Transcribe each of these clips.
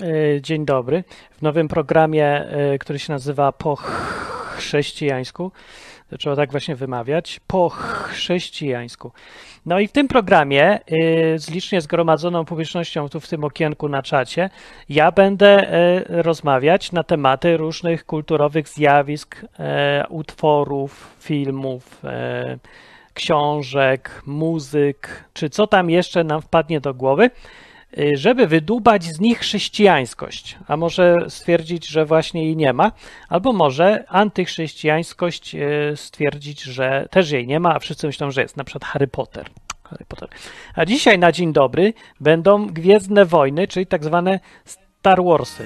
Dzień dobry. W nowym programie, który się nazywa Po chrześcijańsku, to trzeba tak właśnie wymawiać, po chrześcijańsku. No i w tym programie z licznie zgromadzoną publicznością tu w tym okienku na czacie ja będę rozmawiać na tematy różnych kulturowych zjawisk, utworów, filmów, książek, muzyk, czy co tam jeszcze nam wpadnie do głowy, żeby wydłubać z nich chrześcijańskość, a może stwierdzić, że właśnie jej nie ma, albo może antychrześcijańskość stwierdzić, że też jej nie ma, a wszyscy myślą, że jest, na przykład Harry Potter. Harry Potter. A dzisiaj na dzień dobry będą Gwiezdne Wojny, czyli tak zwane Star Warsy.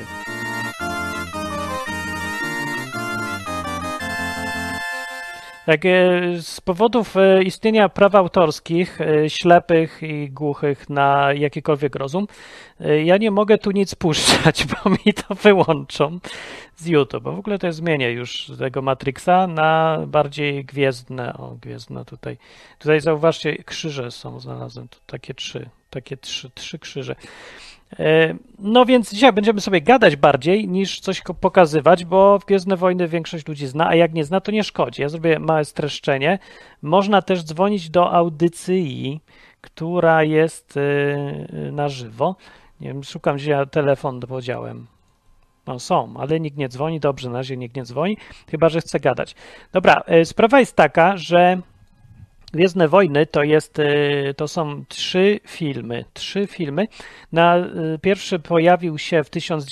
Tak, z powodów istnienia praw autorskich, ślepych i głuchych na jakikolwiek rozum, ja nie mogę tu nic puszczać, bo mi to wyłączą z YouTube. W ogóle to zmienię już tego Matrixa na bardziej gwiezdne. O, gwiezdne tutaj. Tutaj zauważcie, krzyże są, znalazłem tu takie trzy krzyże. No więc dzisiaj będziemy sobie gadać bardziej niż coś pokazywać, bo Gwiezdne Wojny większość ludzi zna, a jak nie zna, to nie szkodzi. Ja zrobię małe streszczenie. Można też dzwonić do audycji, która jest na żywo. Nie wiem, szukam, gdzie ja telefon podziałem. No są, ale nikt nie dzwoni. Dobrze, na razie nikt nie dzwoni, chyba że chce gadać. Dobra, sprawa jest taka, że Gwiezdne Wojny to są trzy filmy. Pierwszy pojawił się w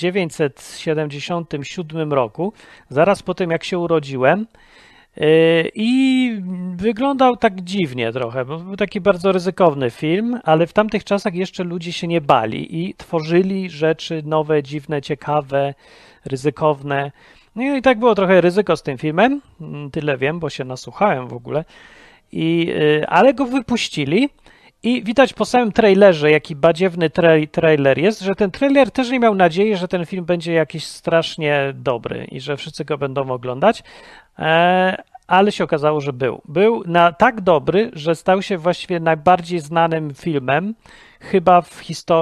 1977 roku, zaraz po tym jak się urodziłem, i wyglądał tak dziwnie trochę, bo był taki bardzo ryzykowny film, ale w tamtych czasach jeszcze ludzie się nie bali i tworzyli rzeczy nowe, dziwne, ciekawe, ryzykowne. No i tak było trochę ryzyko z tym filmem, tyle wiem, bo się nasłuchałem w ogóle. Ale go wypuścili i widać po samym trailerze, jaki badziewny trailer jest, że ten trailer też nie miał nadziei, że ten film będzie jakiś strasznie dobry i że wszyscy go będą oglądać, ale się okazało, że był. Był tak dobry, że stał się właściwie najbardziej znanym filmem chyba w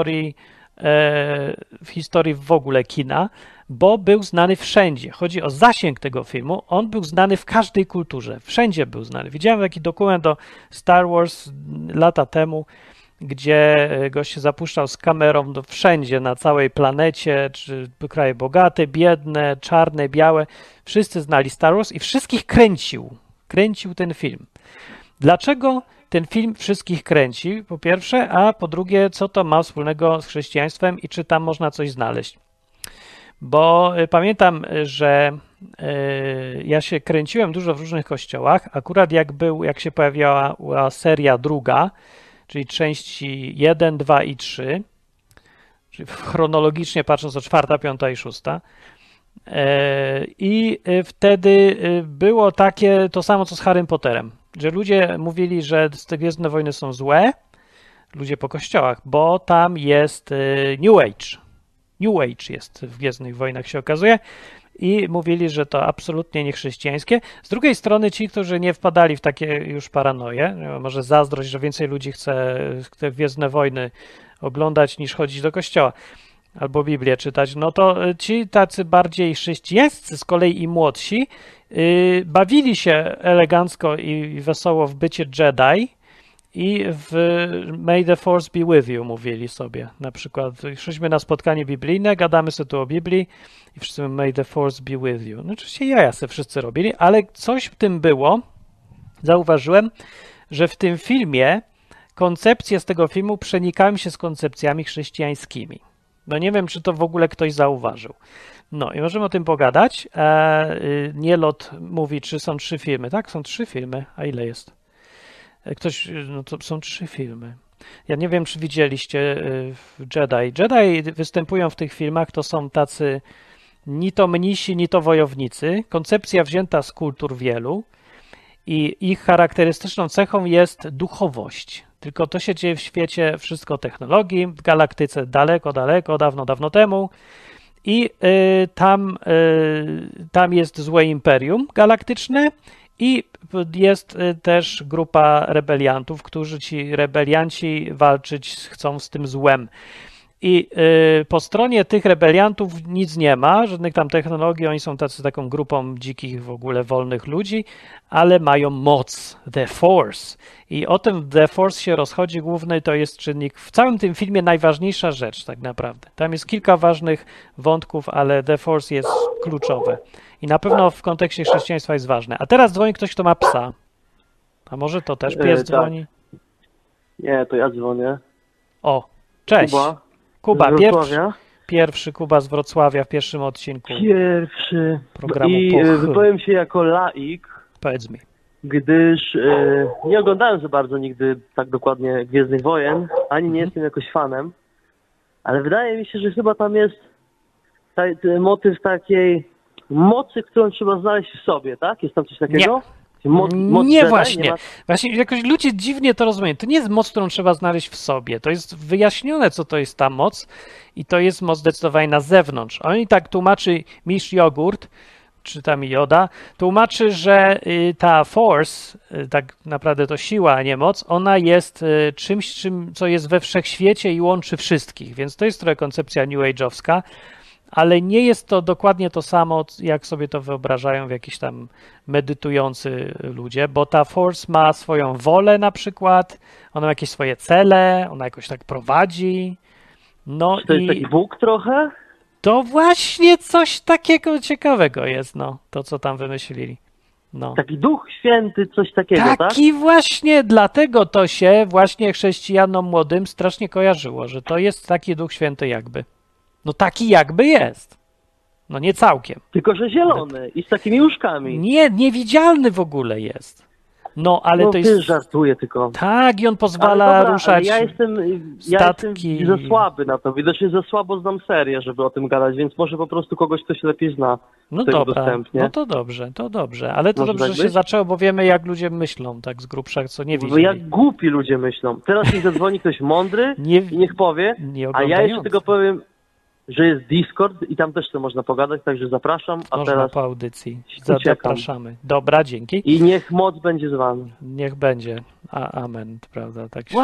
historii w ogóle kina, bo był znany wszędzie. Chodzi o zasięg tego filmu. On był znany w każdej kulturze. Wszędzie był znany. Widziałem taki dokument o Star Wars lata temu, gdzie gość się zapuszczał z kamerą wszędzie, na całej planecie, czy kraje bogate, biedne, czarne, białe. Wszyscy znali Star Wars i wszystkich kręcił. Kręcił ten film. Dlaczego ten film wszystkich kręci, po pierwsze, a po drugie, co to ma wspólnego z chrześcijaństwem i czy tam można coś znaleźć? Bo pamiętam, że ja się kręciłem dużo w różnych kościołach, akurat jak się pojawiała seria druga, czyli części 1, 2 i 3, czyli chronologicznie patrząc o 4., 5. i 6. I wtedy było to samo co z Harrym Potterem, że ludzie mówili, że te Gwiezdne Wojny są złe, ludzie po kościołach, bo tam jest New Age. New Age jest w Gwiezdnych Wojnach, się okazuje, i mówili, że to absolutnie niechrześcijańskie. Z drugiej strony ci, którzy nie wpadali w takie już paranoje, może zazdrość, że więcej ludzi chce te Gwiezdne Wojny oglądać niż chodzić do kościoła albo Biblię czytać, no to ci tacy bardziej chrześcijańscy z kolei i młodsi bawili się elegancko i wesoło w bycie Jedi, i w May the Force be with you mówili sobie. Na przykład szliśmy na spotkanie biblijne, gadamy sobie tu o Biblii i wszyscy May the Force be with you. No oczywiście jaja sobie wszyscy robili, ale coś w tym było. Zauważyłem, że w tym filmie koncepcje z tego filmu przenikają się z koncepcjami chrześcijańskimi. No nie wiem, czy to w ogóle ktoś zauważył. No i możemy o tym pogadać. Nielot mówi, czy są 3 filmy. Tak, są 3 filmy. A ile jest? No to są 3 filmy. Ja nie wiem, czy widzieliście Jedi. Jedi występują w tych filmach, to są tacy ni to mnisi, ni to wojownicy. Koncepcja wzięta z kultur wielu i ich charakterystyczną cechą jest duchowość. Tylko to się dzieje w świecie wszystko technologii, w galaktyce daleko, daleko, dawno, dawno temu. I tam jest złe imperium galaktyczne i jest też grupa rebeliantów, którzy ci rebelianci walczyć chcą z tym złem. I po stronie tych rebeliantów nic nie ma, żadnych tam technologii, oni są taką grupą dzikich w ogóle wolnych ludzi, ale mają moc, The Force. I o tym The Force się rozchodzi główny, to jest czynnik, w całym tym filmie najważniejsza rzecz tak naprawdę. Tam jest kilka ważnych wątków, ale The Force jest kluczowe. I na pewno w kontekście chrześcijaństwa jest ważne. A teraz dzwoni ktoś, kto ma psa. A może to też pies dzwoni? Nie, to ja dzwonię. O, cześć. Kuba, pierwszy Kuba z Wrocławia w pierwszym odcinku programu wypowiem się jako laik. Powiedz mi. Gdyż nie oglądałem za bardzo nigdy tak dokładnie Gwiezdnych Wojen, ani nie jestem jakoś fanem, ale wydaje mi się, że chyba tam jest motyw takiej mocy, którą trzeba znaleźć w sobie, tak? Jest tam coś takiego? Nie. Moc nie Jedi, właśnie. Nie ma... Właśnie jakoś ludzie dziwnie to rozumieją. To nie jest moc, którą trzeba znaleźć w sobie. To jest wyjaśnione, co to jest ta moc i to jest moc zdecydowanie na zewnątrz. Oni tak tłumaczy Mistrz Jogurt, czy tam Joda, tłumaczy, że ta force, tak naprawdę to siła, a nie moc, ona jest czymś, co jest we wszechświecie i łączy wszystkich. Więc to jest trochę koncepcja New Age'owska. Ale nie jest to dokładnie to samo, jak sobie to wyobrażają jakieś tam medytujący ludzie, bo ta Force ma swoją wolę na przykład, ona ma jakieś swoje cele, ona jakoś tak prowadzi. No to jest taki Bóg trochę? To właśnie coś takiego ciekawego jest, no, to co tam wymyślili. No. Taki Duch Święty, coś takiego, tak? Taki właśnie, dlatego to się właśnie chrześcijanom młodym strasznie kojarzyło, że to jest taki Duch Święty jakby. No taki jakby jest. No nie całkiem. Tylko że zielony i z takimi łóżkami. Nie, niewidzialny w ogóle jest. No ale no, to jest... żartuję tylko. Tak, i on pozwala ruszać ja jestem za słaby na to. Widocznie za słabo znam serię, żeby o tym gadać, więc może po prostu kogoś ktoś lepiej zna. No dobra, no to dobrze. Ale to może dobrze, że się zaczęło, bo wiemy jak ludzie myślą, tak z grubsza, co nie widzieli. Jak głupi ludzie myślą. Teraz niech zadzwoni ktoś mądry i niech powie, a ja jeszcze tylko powiem, że jest Discord i tam też to można pogadać, także zapraszam. A można teraz po audycji. Zapraszamy. Dobra, dzięki. I niech moc będzie z wami. Niech będzie. Amen, prawda? Tak się... Wow!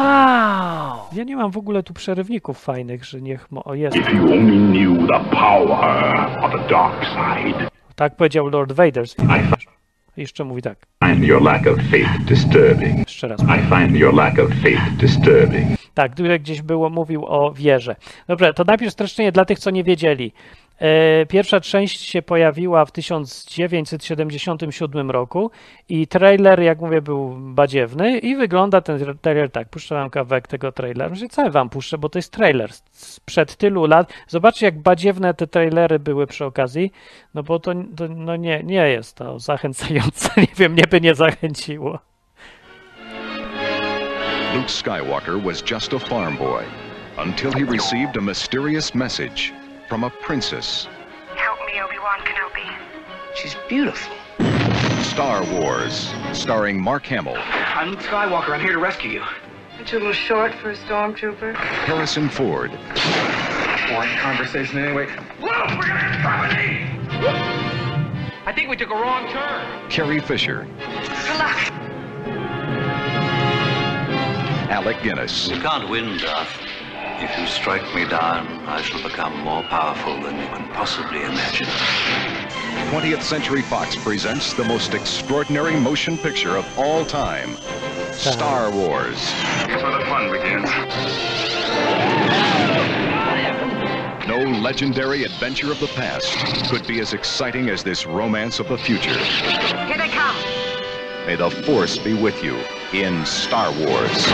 Ja nie mam w ogóle tu przerywników fajnych, że niech... O, jest. You only knew the power of the dark side. Tak powiedział Lord Vader. Jeszcze mówi tak. I find your lack of faith disturbing. Jeszcze raz. I find your lack of faith disturbing. Tak, tutaj gdzieś mówił o wierze. Dobrze, to najpierw streszczenie dla tych, co nie wiedzieli. Pierwsza część się pojawiła w 1977 roku i trailer, jak mówię, był badziewny i wygląda ten trailer tak. Puszczę wam kawałek tego trailera. Cały wam puszczę, bo to jest trailer sprzed tylu lat. Zobaczcie, jak badziewne te trailery były przy okazji, no bo to no nie jest to zachęcające. Nie wiem, mnie by nie zachęciło. Luke Skywalker was just a farm boy until he received a mysterious message from a princess. Help me, Obi-Wan Kenobi. She's beautiful. Star Wars, starring Mark Hamill. I'm Luke Skywalker. I'm here to rescue you. Aren't you a little short for a stormtrooper? Harrison Ford. Boring conversation anyway. Luke, we're gonna get company! I think we took a wrong turn. Carrie Fisher. Good luck. Alec Guinness. You can't win, Darth. If you strike me down, I shall become more powerful than you can possibly imagine. 20th Century Fox presents the most extraordinary motion picture of all time. Star Wars. Here's where the fun begins. No legendary adventure of the past could be as exciting as this romance of the future. Here they come. May the Force be with you in Star Wars.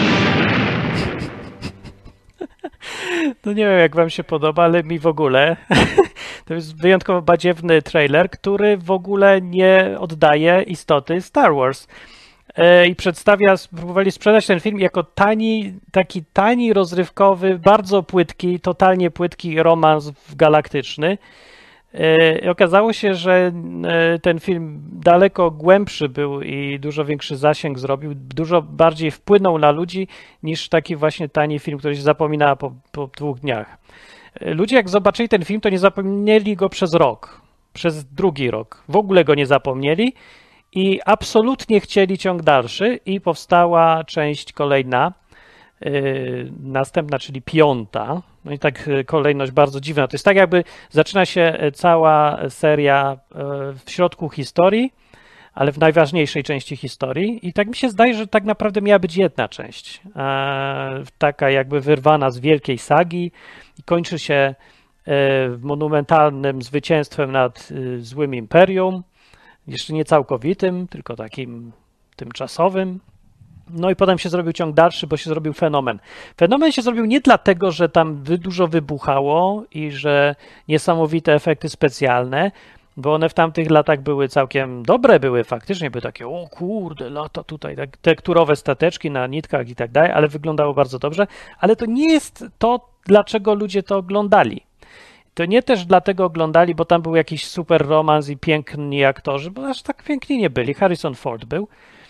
No nie wiem, jak wam się podoba, ale mi w ogóle to jest wyjątkowo badziewny trailer, który w ogóle nie oddaje istoty Star Wars. I próbowali sprzedać ten film jako taki tani, rozrywkowy, bardzo płytki, totalnie płytki romans galaktyczny. I okazało się, że ten film daleko głębszy był i dużo większy zasięg zrobił, dużo bardziej wpłynął na ludzi niż taki właśnie tani film, który się zapomina po 2 dniach. Ludzie jak zobaczyli ten film, to nie zapomnieli go przez rok, przez drugi rok. W ogóle go nie zapomnieli i absolutnie chcieli ciąg dalszy i powstała część kolejna, następna, czyli 5. No i tak kolejność bardzo dziwna. To jest tak, jakby zaczyna się cała seria w środku historii, ale w najważniejszej części historii. I tak mi się zdaje, że tak naprawdę miała być jedna część. Taka jakby wyrwana z wielkiej sagi i kończy się monumentalnym zwycięstwem nad złym imperium. Jeszcze nie całkowitym, tylko takim tymczasowym. No i potem się zrobił ciąg dalszy, bo się zrobił fenomen. Fenomen się zrobił nie dlatego, że tam dużo wybuchało i że niesamowite efekty specjalne, bo one w tamtych latach były całkiem dobre, były faktycznie, były takie, o kurde, lata tutaj, tak, tekturowe stateczki na nitkach i tak dalej, ale wyglądało bardzo dobrze, ale to nie jest to, dlaczego ludzie to oglądali. To nie też dlatego oglądali, bo tam był jakiś super romans i piękni aktorzy, bo aż tak piękni nie byli. Harrison Ford był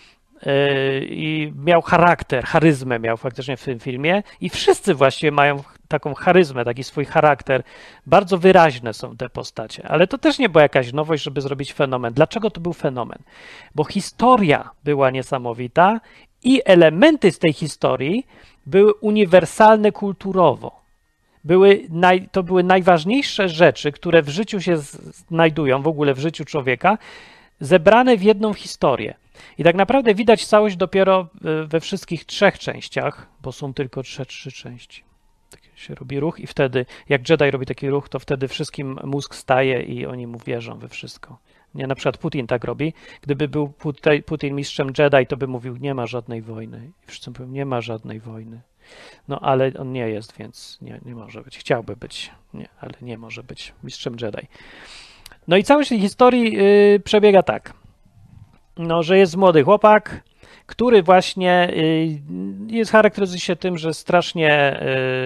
i miał charyzmę miał faktycznie w tym filmie i wszyscy właściwie mają taką charyzmę, taki swój charakter. Bardzo wyraźne są te postacie, ale to też nie była jakaś nowość, żeby zrobić fenomen. Dlaczego to był fenomen? Bo historia była niesamowita i elementy z tej historii były uniwersalne kulturowo. To były najważniejsze rzeczy, które w życiu się znajdują, w ogóle w życiu człowieka, zebrane w jedną historię. I tak naprawdę widać całość dopiero we wszystkich 3 częściach, bo są tylko 3 części. Tak się robi ruch i wtedy, jak Jedi robi taki ruch, to wtedy wszystkim mózg staje i oni mu wierzą we wszystko. Nie, na przykład Putin tak robi. Gdyby był Putin mistrzem Jedi, to by mówił, nie ma żadnej wojny. I wszyscy mówią, nie ma żadnej wojny. No ale on nie jest, więc nie może być. Chciałby być, ale nie może być mistrzem Jedi. No i całość tej historii przebiega tak, no, że jest młody chłopak, który właśnie charakteryzuje się tym, że strasznie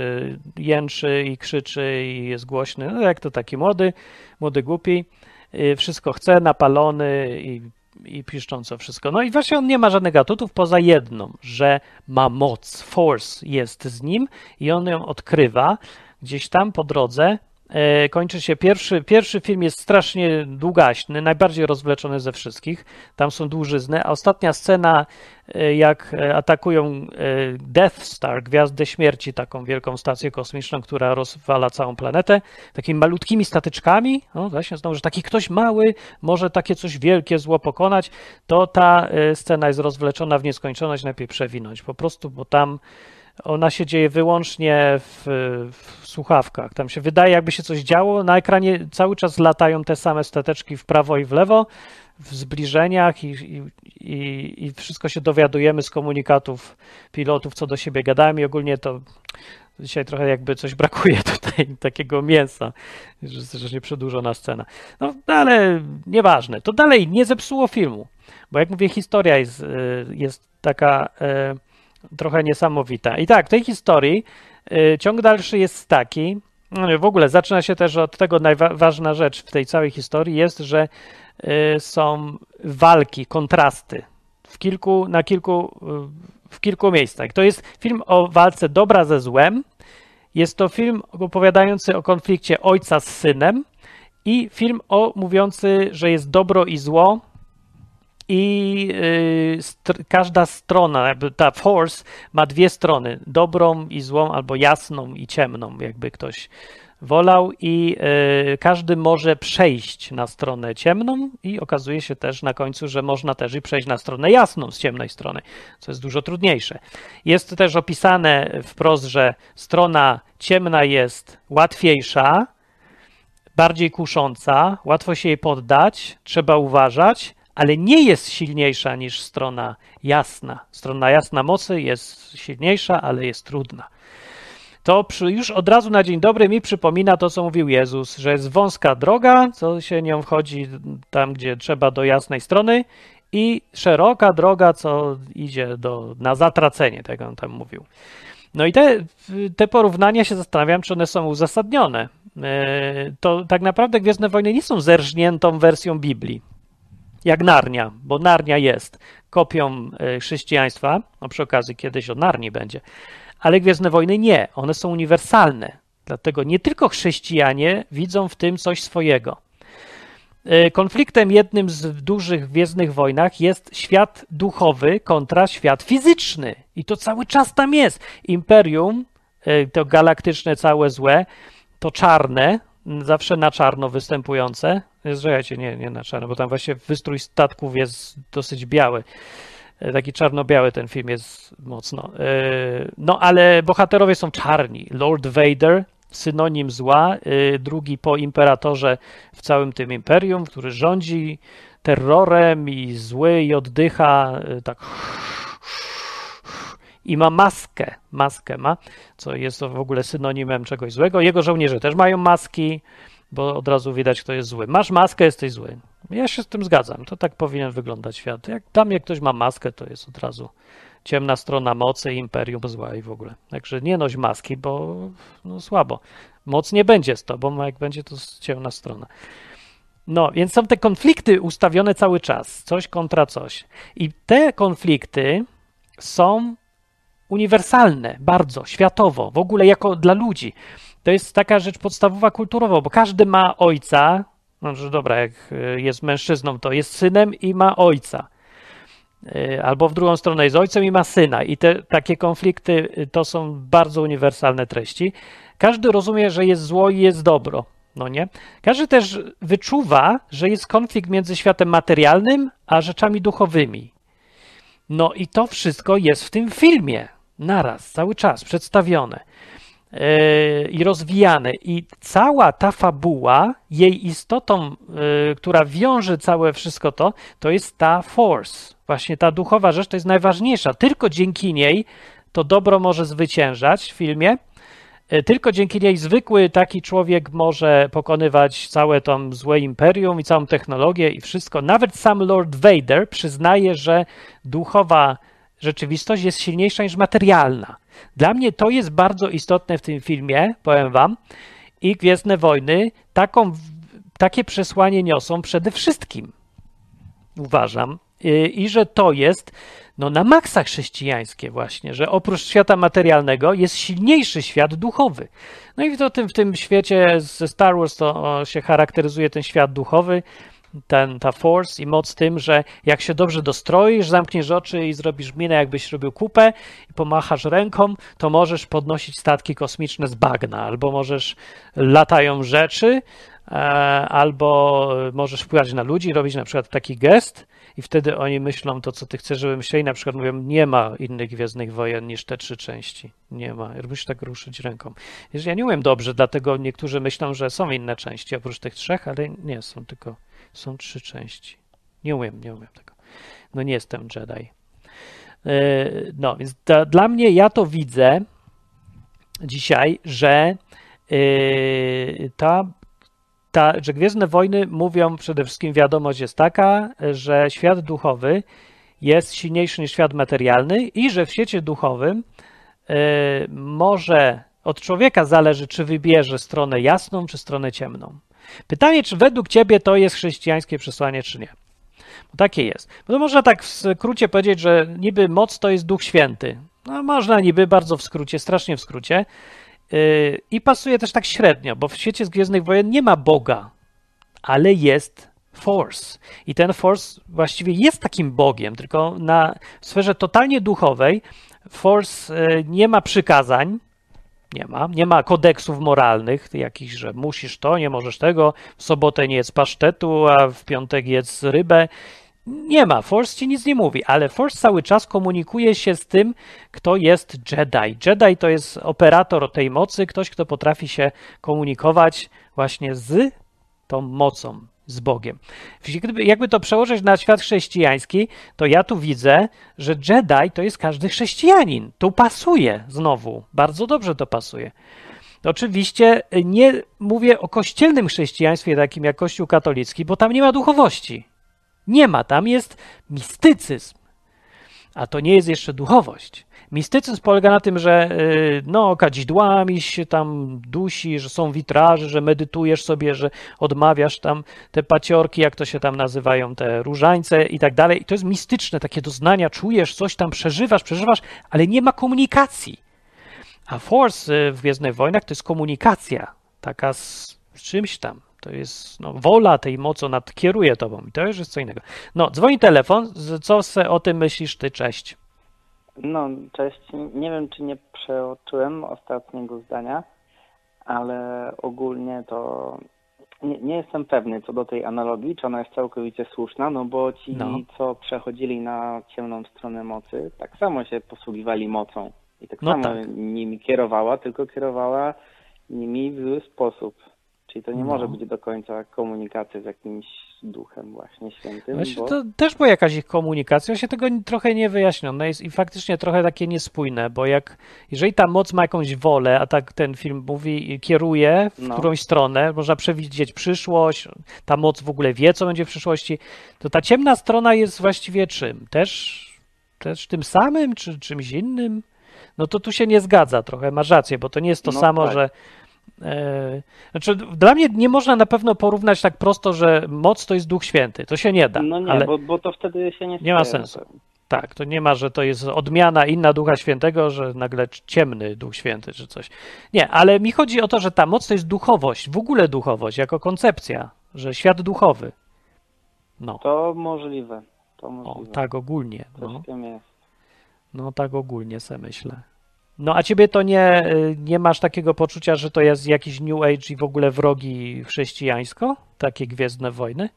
jęczy i krzyczy i jest głośny, no jak to taki młody głupi, wszystko chce, napalony i piszcząco wszystko. No i właśnie on nie ma żadnych atutów poza jedną, że ma moc, force jest z nim i on ją odkrywa gdzieś tam po drodze. Kończy się pierwszy film jest strasznie długaśny, najbardziej rozwleczony ze wszystkich. Tam są dłużyzny, a ostatnia scena, jak atakują Death Star, Gwiazdę Śmierci, taką wielką stację kosmiczną, która rozwala całą planetę, takimi malutkimi statyczkami, no właśnie znowu, że taki ktoś mały może takie coś wielkie zło pokonać, to ta scena jest rozwleczona w nieskończoność, lepiej przewinąć po prostu, bo tam ona się dzieje wyłącznie w słuchawkach. Tam się wydaje, jakby się coś działo. Na ekranie cały czas latają te same stateczki w prawo i w lewo, w zbliżeniach i wszystko się dowiadujemy z komunikatów pilotów, co do siebie gadają i ogólnie to dzisiaj trochę jakby coś brakuje tutaj, takiego mięsa, że nie przedłużona scena. No ale nieważne. To dalej nie zepsuło filmu, bo jak mówię, historia jest taka trochę niesamowita. I tak, w tej historii ciąg dalszy jest taki, no w ogóle zaczyna się też od tego, najważna rzecz w tej całej historii jest, że są walki, kontrasty w kilku miejscach. To jest film o walce dobra ze złem, jest to film opowiadający o konflikcie ojca z synem i film mówiący, że jest dobro i zło, i każda strona, jakby ta force ma 2 strony, dobrą i złą, albo jasną i ciemną, jakby ktoś wolał i każdy może przejść na stronę ciemną i okazuje się też na końcu, że można też i przejść na stronę jasną z ciemnej strony, co jest dużo trudniejsze. Jest też opisane wprost, że strona ciemna jest łatwiejsza, bardziej kusząca, łatwo się jej poddać, trzeba uważać, ale nie jest silniejsza niż strona jasna. Strona jasna mocy jest silniejsza, ale jest trudna. To już od razu na dzień dobry mi przypomina to, co mówił Jezus, że jest wąska droga, co się nią wchodzi tam, gdzie trzeba do jasnej strony i szeroka droga, co idzie na zatracenie, tego on tam mówił. No i te porównania się zastanawiam, czy one są uzasadnione. To tak naprawdę Gwiezdne Wojny nie są zerżniętą wersją Biblii. Jak Narnia, bo Narnia jest kopią chrześcijaństwa, no przy okazji kiedyś o Narni będzie, ale Gwiezdne Wojny nie, one są uniwersalne, dlatego nie tylko chrześcijanie widzą w tym coś swojego. Konfliktem jednym z dużych w Gwiezdnych Wojnach jest świat duchowy kontra świat fizyczny i to cały czas tam jest. Imperium to galaktyczne całe złe, to czarne, zawsze na czarno występujące. Zresztą nie na czarno, bo tam właśnie wystrój statków jest dosyć biały. Taki czarno-biały ten film jest mocno. No ale bohaterowie są czarni. Lord Vader, synonim zła, drugi po imperatorze w całym tym imperium, który rządzi terrorem i zły i oddycha tak i ma maskę ma, co jest to w ogóle synonimem czegoś złego. Jego żołnierze też mają maski, bo od razu widać, kto jest zły. Masz maskę, jesteś zły. Ja się z tym zgadzam. To tak powinien wyglądać świat. Jak tam jak ktoś ma maskę, to jest od razu ciemna strona mocy, imperium zła i w ogóle. Także nie noś maski, bo no słabo. Moc nie będzie z tobą, a jak będzie, to ciemna strona. No, więc są te konflikty ustawione cały czas. Coś kontra coś. I te konflikty są uniwersalne, bardzo, światowo, w ogóle jako dla ludzi. To jest taka rzecz podstawowa kulturowo, bo każdy ma ojca, no że dobra, jak jest mężczyzną, to jest synem i ma ojca. Albo w drugą stronę jest ojcem i ma syna. I te takie konflikty to są bardzo uniwersalne treści. Każdy rozumie, że jest zło i jest dobro. No nie? Każdy też wyczuwa, że jest konflikt między światem materialnym a rzeczami duchowymi. No i to wszystko jest w tym filmie naraz, cały czas przedstawione i rozwijane. I cała ta fabuła, jej istotą, która wiąże całe wszystko to jest ta force. Właśnie ta duchowa rzecz to jest najważniejsza. Tylko dzięki niej to dobro może zwyciężać w filmie. Tylko dzięki niej zwykły taki człowiek może pokonywać całe to złe imperium i całą technologię i wszystko. Nawet sam Lord Vader przyznaje, że duchowa rzeczywistość jest silniejsza niż materialna. Dla mnie to jest bardzo istotne w tym filmie, powiem wam. I Gwiezdne Wojny takie przesłanie niosą przede wszystkim. Uważam. I że to jest na maksa chrześcijańskie właśnie, że oprócz świata materialnego jest silniejszy świat duchowy. No i w tym świecie ze Star Wars to się charakteryzuje ten świat duchowy, ta force i moc tym, że jak się dobrze dostroisz, zamkniesz oczy i zrobisz minę, jakbyś robił kupę i pomachasz ręką, to możesz podnosić statki kosmiczne z bagna, albo latają rzeczy, albo możesz wpływać na ludzi, robić na przykład taki gest i wtedy oni myślą to, co ty chcesz, żeby myśleli. Na przykład mówią, nie ma innych Gwiezdnych Wojen niż te 3 części. Nie ma. Musisz tak ruszyć ręką. Ja nie umiem dobrze, dlatego niektórzy myślą, że są inne części oprócz tych 3, ale nie są, tylko są 3 części. Nie umiem tego. No nie jestem Jedi. No, więc dla mnie ja to widzę dzisiaj, że że Gwiezdne Wojny mówią przede wszystkim, wiadomość jest taka, że świat duchowy jest silniejszy niż świat materialny i że w świecie duchowym może od człowieka zależy, czy wybierze stronę jasną, czy stronę ciemną. Pytanie, czy według ciebie to jest chrześcijańskie przesłanie, czy nie? Bo takie jest. Bo to można tak w skrócie powiedzieć, że niby moc to jest Duch Święty. No można niby, bardzo w skrócie, strasznie w skrócie. I pasuje też tak średnio, bo w świecie Gwiezdnych Wojen nie ma Boga, ale jest Force. I ten Force właściwie jest takim Bogiem, tylko na sferze totalnie duchowej Force nie ma przykazań, nie ma kodeksów moralnych, jakichś, że musisz to, nie możesz tego, w sobotę nie jedz pasztetu, a w piątek jedz rybę. Nie ma, Force ci nic nie mówi, ale Force cały czas komunikuje się z tym, kto jest Jedi. Jedi to jest operator tej mocy, ktoś, kto potrafi się komunikować właśnie z tą mocą, z Bogiem. Jakby to przełożyć na świat chrześcijański, to ja tu widzę, że Jedi to jest każdy chrześcijanin. Tu pasuje znowu, bardzo dobrze to pasuje. Oczywiście nie mówię o kościelnym chrześcijaństwie takim jak Kościół katolicki, bo tam nie ma duchowości. Nie ma, tam jest mistycyzm, a to nie jest jeszcze duchowość. Mistycyzm polega na tym, że kadzidłami się tam dusi, że są witraże, że medytujesz sobie, że odmawiasz tam te paciorki, jak to się tam nazywają, te różańce i tak dalej. I to jest mistyczne, takie doznania, czujesz coś tam, przeżywasz, ale nie ma komunikacji. A Force w Gwiezdnych Wojnach to jest komunikacja, taka z czymś tam. To jest wola tej mocy, ona kieruje tobą i to już jest co innego. Dzwoni telefon, co o tym myślisz ty? Cześć. No, cześć. Nie wiem, czy nie przeoczyłem ostatniego zdania, ale ogólnie to nie jestem pewny co do tej analogii, czy ona jest całkowicie słuszna, no bo ci, co przechodzili na ciemną stronę mocy, tak samo się posługiwali mocą i tak samo nimi kierowała, tylko kierowała nimi w zły sposób. Czyli to nie może być do końca komunikacja z jakimś duchem właśnie świętym. Właśnie to też była jakaś ich komunikacja, się tego trochę nie wyjaśniono jest i faktycznie trochę takie niespójne, bo jeżeli ta moc ma jakąś wolę, a tak ten film mówi, kieruje w którąś stronę, można przewidzieć przyszłość, ta moc w ogóle wie, co będzie w przyszłości, to ta ciemna strona jest właściwie czym? Też tym samym, czy czymś innym? No to tu się nie zgadza trochę, masz rację, bo to nie jest to samo, że znaczy, dla mnie nie można na pewno porównać tak prosto, że moc to jest Duch Święty. To się nie da. No nie, ale bo to wtedy się nie ma sensu. Tak, to nie ma, że to jest odmiana inna Ducha Świętego, że nagle ciemny Duch Święty czy coś. Nie, ale mi chodzi o to, że ta moc to jest duchowość, w ogóle duchowość, jako koncepcja, że świat duchowy. No. To możliwe. O, tak ogólnie. Coś w tym jest. No tak ogólnie sobie myślę. No a ciebie to nie masz takiego poczucia, że to jest jakiś New Age i w ogóle wrogi chrześcijańsko? Takie Gwiezdne Wojny?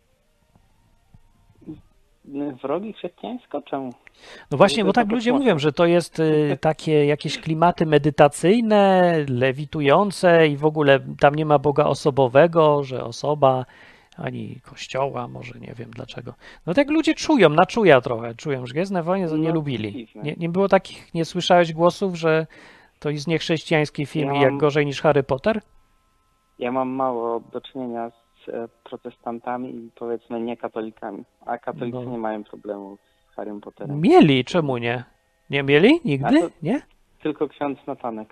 Wrogi chrześcijańsko? Czemu? No właśnie, bo tak ludzie mówią, że to jest takie jakieś klimaty medytacyjne, lewitujące i w ogóle tam nie ma Boga osobowego, że osoba ani kościoła, może nie wiem dlaczego. No tak ludzie czują, na czuja trochę, czują, że Gwiezdne Wojny to nie lubili. Nie było takich, nie słyszałeś głosów, że to jest niechrześcijański film i jak gorzej niż Harry Potter? Ja mam mało do czynienia z protestantami i powiedzmy nie katolikami, a katolicy nie mają problemu z Harrym Potterem. Mieli, czemu nie? Nie mieli? Nigdy? Nie? Tylko ksiądz Natanek.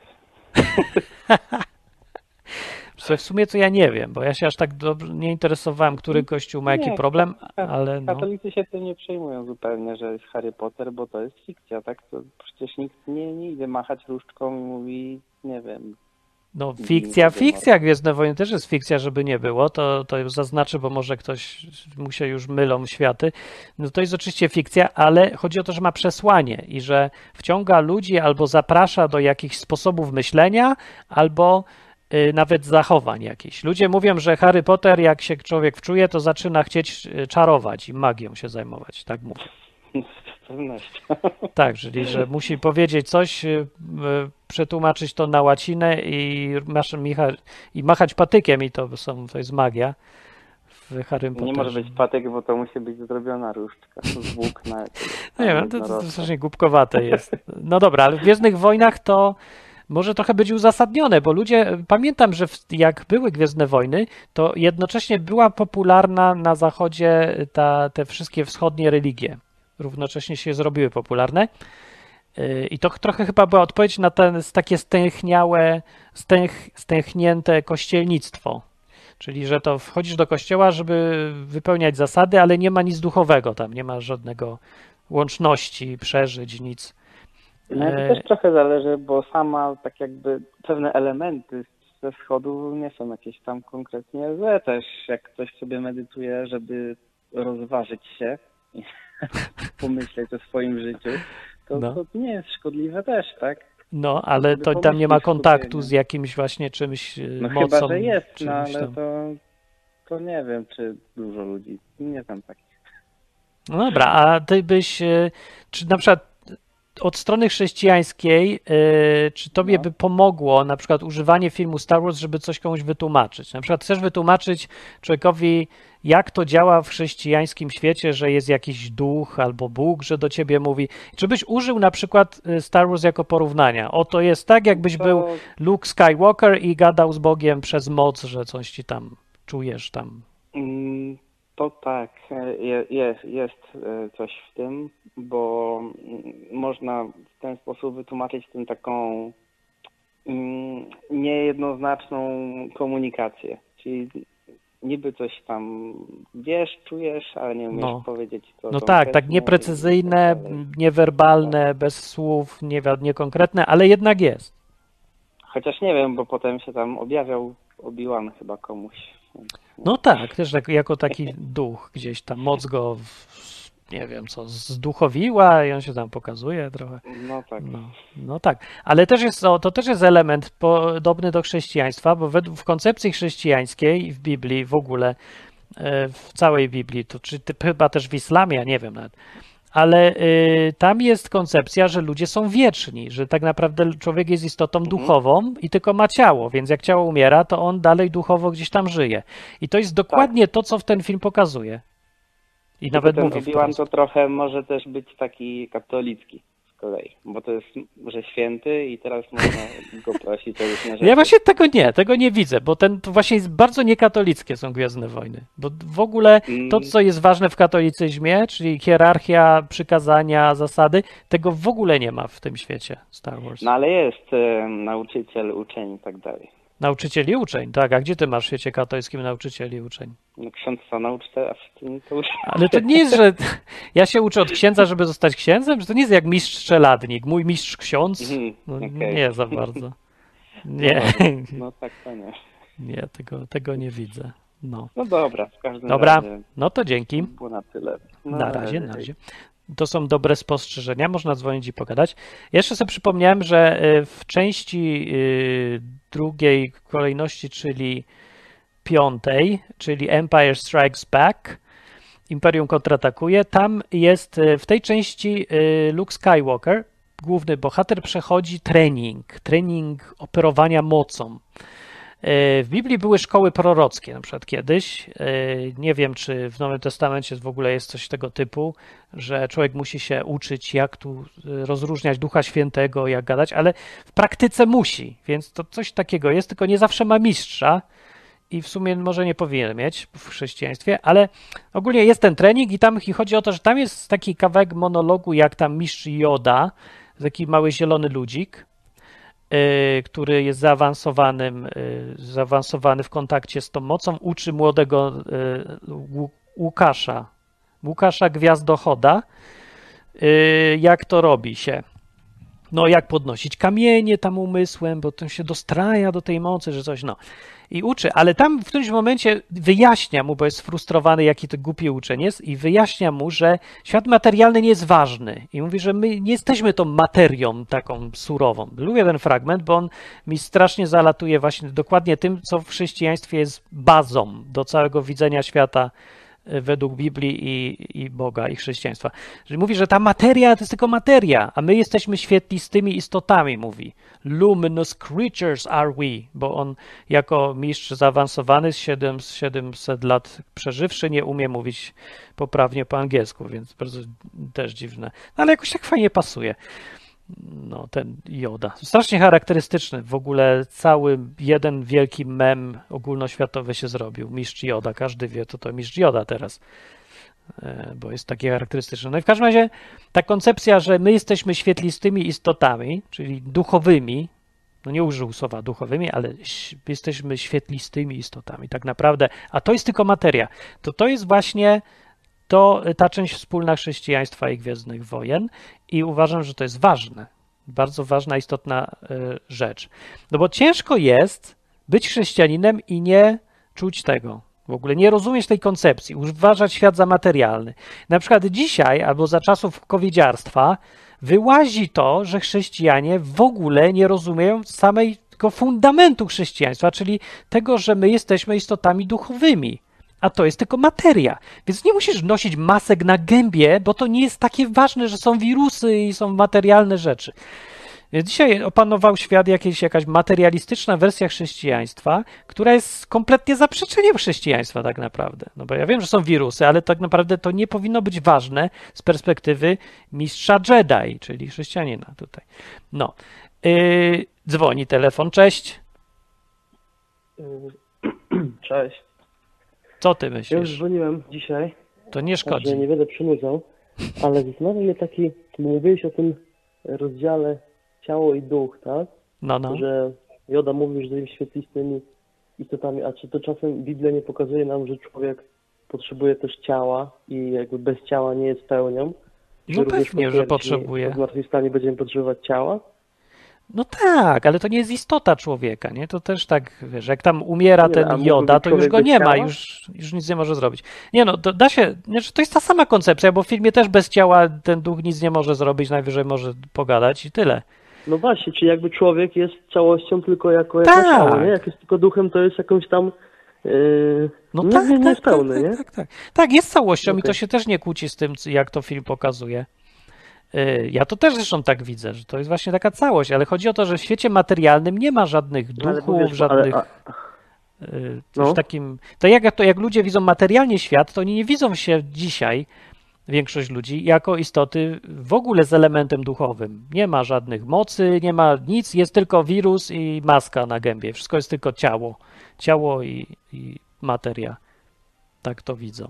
W sumie to ja nie wiem, bo ja się aż tak dobrze nie interesowałem, który kościół ma jaki problem, ale Katolicy się tym nie przejmują zupełnie, że jest Harry Potter, bo to jest fikcja, tak? To przecież nikt nie idzie machać różdżką i mówi, nie wiem. No fikcja, Gwiezdne Wojny też jest fikcja, żeby nie było, to już zaznaczę, bo może ktoś mu się już mylą światy. No to jest oczywiście fikcja, ale chodzi o to, że ma przesłanie i że wciąga ludzi albo zaprasza do jakichś sposobów myślenia, albo nawet zachowań jakichś. Ludzie mówią, że Harry Potter, jak się człowiek wczuje, to zaczyna chcieć czarować i magią się zajmować, tak mówią. Z pewnością. Tak, czyli że musi powiedzieć coś, przetłumaczyć to na łacinę i machać patykiem i to jest magia w Harrym Potterze. Nie może być patyk, bo to musi być zrobiona różdżka z włókna. No nie wiem, to strasznie głupkowate jest. No dobra, ale w Gwiezdnych Wojnach to może trochę być uzasadnione, bo ludzie, pamiętam, że jak były Gwiezdne Wojny, to jednocześnie była popularna na Zachodzie te wszystkie wschodnie religie. Równocześnie się zrobiły popularne. I to trochę chyba była odpowiedź na takie stęchnięte kościelnictwo. Czyli, że to wchodzisz do kościoła, żeby wypełniać zasady, ale nie ma nic duchowego tam, nie ma żadnego łączności, przeżyć, nic. No to też trochę zależy, bo sama tak jakby pewne elementy ze wschodu nie są jakieś tam konkretnie złe też. Jak ktoś sobie medytuje, żeby rozważyć się i pomyśleć o swoim życiu, to nie jest szkodliwe też, tak? No, ale to tam nie ma kontaktu z jakimś właśnie czymś mocą. Chyba, że jest, no ale to nie wiem, czy dużo ludzi, nie znam takich. No dobra, a ty czy na przykład od strony chrześcijańskiej, czy tobie by pomogło na przykład używanie filmu Star Wars, żeby coś komuś wytłumaczyć? Na przykład chcesz wytłumaczyć człowiekowi, jak to działa w chrześcijańskim świecie, że jest jakiś duch albo Bóg, że do ciebie mówi. Czy byś użył na przykład Star Wars jako porównania? To jest tak, jakbyś był Luke Skywalker i gadał z Bogiem przez moc, że coś ci tam czujesz tam. To tak, jest coś w tym, bo można w ten sposób wytłumaczyć tę taką niejednoznaczną komunikację. Czyli niby coś tam wiesz, czujesz, ale nie umiesz powiedzieć co. No tak nieprecyzyjne, niewerbalne, bez słów, niekonkretne, ale jednak jest. Chociaż nie wiem, bo potem się tam objawiał Obi-Wan chyba komuś. No tak, też jako taki duch gdzieś tam, moc go nie wiem co, zduchowiła i on się tam pokazuje trochę. No tak. No tak, ale też jest to też jest element podobny do chrześcijaństwa, bo w koncepcji chrześcijańskiej, w Biblii w ogóle, w całej Biblii, to czy chyba też w islamie, ja nie wiem nawet, ale tam jest koncepcja, że ludzie są wieczni, że tak naprawdę człowiek jest istotą duchową i tylko ma ciało, więc jak ciało umiera, to on dalej duchowo gdzieś tam żyje. I to jest dokładnie to, co w ten film pokazuje. I nawet ten mówi Obi-Wan wprost. to trochę może też być taki katolicki z kolei, bo to jest, że święty i teraz można go prosić o różne rzeczy. Ja właśnie tego nie widzę, bo to właśnie jest bardzo niekatolickie są Gwiezdne Wojny, bo w ogóle to, co jest ważne w katolicyzmie, czyli hierarchia, przykazania, zasady, tego w ogóle nie ma w tym świecie Star Wars. No ale jest nauczyciel, uczeń i tak dalej. Nauczycieli uczeń, tak, a gdzie ty masz w świecie katolickim nauczycieli uczeń? No ksiądz to nauczyciel, a wszyscy to uczeń. Ale to nie jest, że ja się uczę od księdza, żeby zostać księdzem, że to nie jest jak mistrz strzeladnik, mój mistrz ksiądz, no, okej. nie za bardzo. Nie, No tak to nie. nie, tego nie widzę. No. No dobra, w każdym Dobra, razie no to dzięki. było na tyle. No, Na razie. To są dobre spostrzeżenia, można dzwonić i pogadać. Jeszcze sobie przypomniałem, że w części drugiej kolejności, czyli 5, czyli Empire Strikes Back, Imperium kontratakuje, tam jest w tej części Luke Skywalker, główny bohater, przechodzi trening operowania mocą. W Biblii były szkoły prorockie, na przykład kiedyś. Nie wiem, czy w Nowym Testamencie w ogóle jest coś tego typu, że człowiek musi się uczyć, jak tu rozróżniać Ducha Świętego, jak gadać, ale w praktyce musi, więc to coś takiego jest, tylko nie zawsze ma mistrza i w sumie może nie powinien mieć w chrześcijaństwie, ale ogólnie jest ten trening i tam chodzi o to, że tam jest taki kawałek monologu, jak tam mistrz Joda, taki mały zielony ludzik, który jest zaawansowany w kontakcie z tą mocą, uczy młodego Łukasza Gwiazdochoda, jak to robi się. No, jak podnosić kamienie tam umysłem, bo to się dostraja do tej mocy, że coś, no. I uczy, ale tam w którymś momencie wyjaśnia mu, bo jest sfrustrowany, jaki to głupi uczeń jest, i wyjaśnia mu, że świat materialny nie jest ważny. I mówi, że my nie jesteśmy tą materią taką surową. Lubię ten fragment, bo on mi strasznie zalatuje właśnie dokładnie tym, co w chrześcijaństwie jest bazą do całego widzenia świata według Biblii i Boga i chrześcijaństwa. Że mówi, że ta materia to jest tylko materia, a my jesteśmy świetlistymi istotami, mówi. Luminous creatures are we, bo on jako mistrz zaawansowany z 700 lat przeżywszy nie umie mówić poprawnie po angielsku, więc bardzo też dziwne. No, ale jakoś tak fajnie pasuje. No, ten Joda. Strasznie charakterystyczny. W ogóle cały jeden wielki mem ogólnoświatowy się zrobił. Mistrz Joda. Każdy wie, to mistrz Joda teraz, bo jest taki charakterystyczny. No i w każdym razie ta koncepcja, że my jesteśmy świetlistymi istotami, czyli duchowymi, no nie użył słowa duchowymi, ale jesteśmy świetlistymi istotami tak naprawdę, a to jest tylko materia. To jest właśnie ta część wspólna chrześcijaństwa i Gwiezdnych Wojen i uważam, że to jest ważne, bardzo ważna, istotna rzecz. No bo ciężko jest być chrześcijaninem i nie czuć tego, w ogóle nie rozumieć tej koncepcji, uważać świat za materialny. Na przykład dzisiaj, albo za czasów covidziarstwa, wyłazi to, że chrześcijanie w ogóle nie rozumieją samego fundamentu chrześcijaństwa, czyli tego, że my jesteśmy istotami duchowymi. A to jest tylko materia. Więc nie musisz nosić masek na gębie, bo to nie jest takie ważne, że są wirusy i są materialne rzeczy. Dzisiaj opanował świat jakaś materialistyczna wersja chrześcijaństwa, która jest kompletnie zaprzeczeniem chrześcijaństwa tak naprawdę. No bo ja wiem, że są wirusy, ale tak naprawdę to nie powinno być ważne z perspektywy mistrza Jedi, czyli chrześcijanina tutaj. No. Dzwoni telefon. Cześć. Cześć. Co ty Ja już myślisz? dzwoniłem dzisiaj, To nie szkodzi. także nie będę przynudzał, ale zastanawia mnie taki, bo mówiłeś o tym rozdziale ciało i duch, tak? No. Że Joda mówił, że jesteśmy świetlistymi istotami, a czy to czasem Biblia nie pokazuje nam, że człowiek potrzebuje też ciała i jakby bez ciała nie jest pełnią? Czy No również pewnie, po że śmierci, potrzebuje. Po zmartwychwstaniu będziemy potrzebować ciała? No tak, ale to nie jest istota człowieka, nie? To też tak, wiesz, jak tam umiera Nie, a ten mógłby Joda, to już człowiek go bez nie ma, ciała? już nic nie może zrobić. Nie no, to da się, znaczy to jest ta sama koncepcja, bo w filmie też bez ciała ten duch nic nie może zrobić, najwyżej może pogadać i tyle. No właśnie, czy jakby człowiek jest całością tylko jako Tak. ciało, nie? Jak jest tylko duchem, to jest jakąś tam... No nie, tak, nie tak, jest pełny, tak, nie? tak, tak, tak. Tak, jest całością i to Okej. się też nie kłóci z tym, jak to film pokazuje. Ja to też zresztą tak widzę, że to jest właśnie taka całość, ale chodzi o to, że w świecie materialnym nie ma żadnych Ale duchów, wiesz, żadnych... No. w takim, to jak ludzie widzą materialnie świat, to oni nie widzą się dzisiaj, większość ludzi, jako istoty w ogóle z elementem duchowym. Nie ma żadnych mocy, nie ma nic, jest tylko wirus i maska na gębie. Wszystko jest tylko ciało. Ciało i materia. Tak to widzą.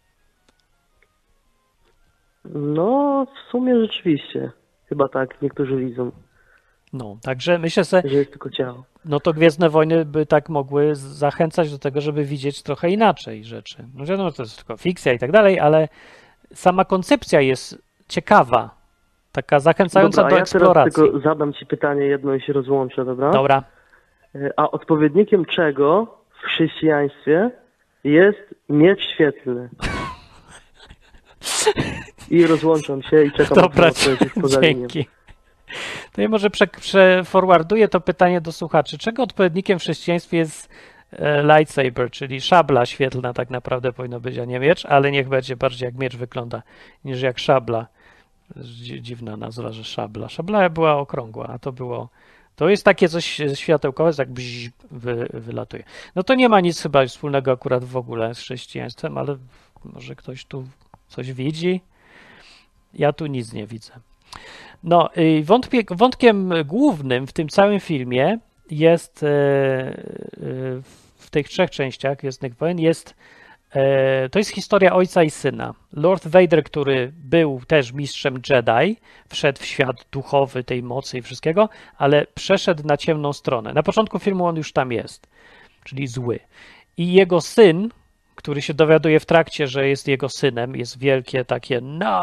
No, w sumie rzeczywiście. Chyba tak niektórzy widzą, No, także myślę sobie, że jest tylko ciało. no to Gwiezdne Wojny by tak mogły zachęcać do tego, żeby widzieć trochę inaczej rzeczy. No wiadomo, to jest tylko fikcja i tak dalej, ale sama koncepcja jest ciekawa, taka zachęcająca Dobra, a do ja eksploracji. teraz tylko zadam ci pytanie jedno i się rozłączę, dobra? Dobra. A odpowiednikiem czego w chrześcijaństwie jest miecz świetlny? I rozłączam się i czekam Dobra, na odpowiedź poza linią. dzięki. To ja może przeforwarduję to pytanie do słuchaczy. Czego odpowiednikiem w chrześcijaństwie jest lightsaber, czyli szabla świetlna tak naprawdę powinno być, a nie miecz, ale niech będzie bardziej jak miecz wygląda, niż jak szabla. Dziwna nazwa, że szabla. Szabla była okrągła, a to jest takie coś światełkowe, tak wylatuje. No to nie ma nic chyba wspólnego akurat w ogóle z chrześcijaństwem, ale może ktoś tu coś widzi. Ja tu nic nie widzę. No i wątkiem głównym w tym całym filmie jest w tych trzech częściach Gwiezdnych Wojen to jest historia ojca i syna. Lord Vader, który był też mistrzem Jedi, wszedł w świat duchowy tej mocy i wszystkiego, ale przeszedł na ciemną stronę. Na początku filmu on już tam jest, czyli zły. I jego syn, który się dowiaduje w trakcie, że jest jego synem, jest wielkie takie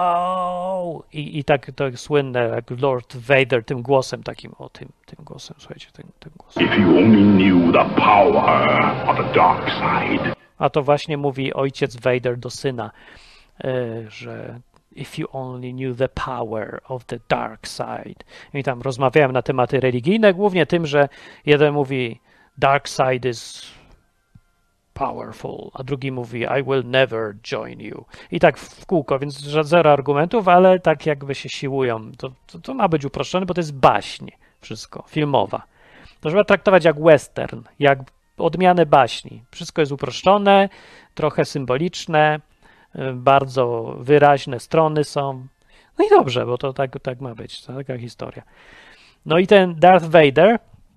no i tak to słynne jak Lord Vader tym głosem takim, tym głosem, słuchajcie, tym głosem. If you only knew the power of the dark side. A to właśnie mówi ojciec Vader do syna, że if you only knew the power of the dark side. I tam rozmawiałem na tematy religijne, głównie tym, że jeden mówi dark side is powerful, a drugi mówi I will never join you. I tak w kółko, więc zero argumentów, ale tak jakby się siłują. To ma być uproszczone, bo to jest baśń wszystko, filmowa. To trzeba traktować jak western, jak odmianę baśni. Wszystko jest uproszczone, trochę symboliczne, bardzo wyraźne strony są. No i dobrze, bo to tak ma być, to taka historia. No i ten Darth Vader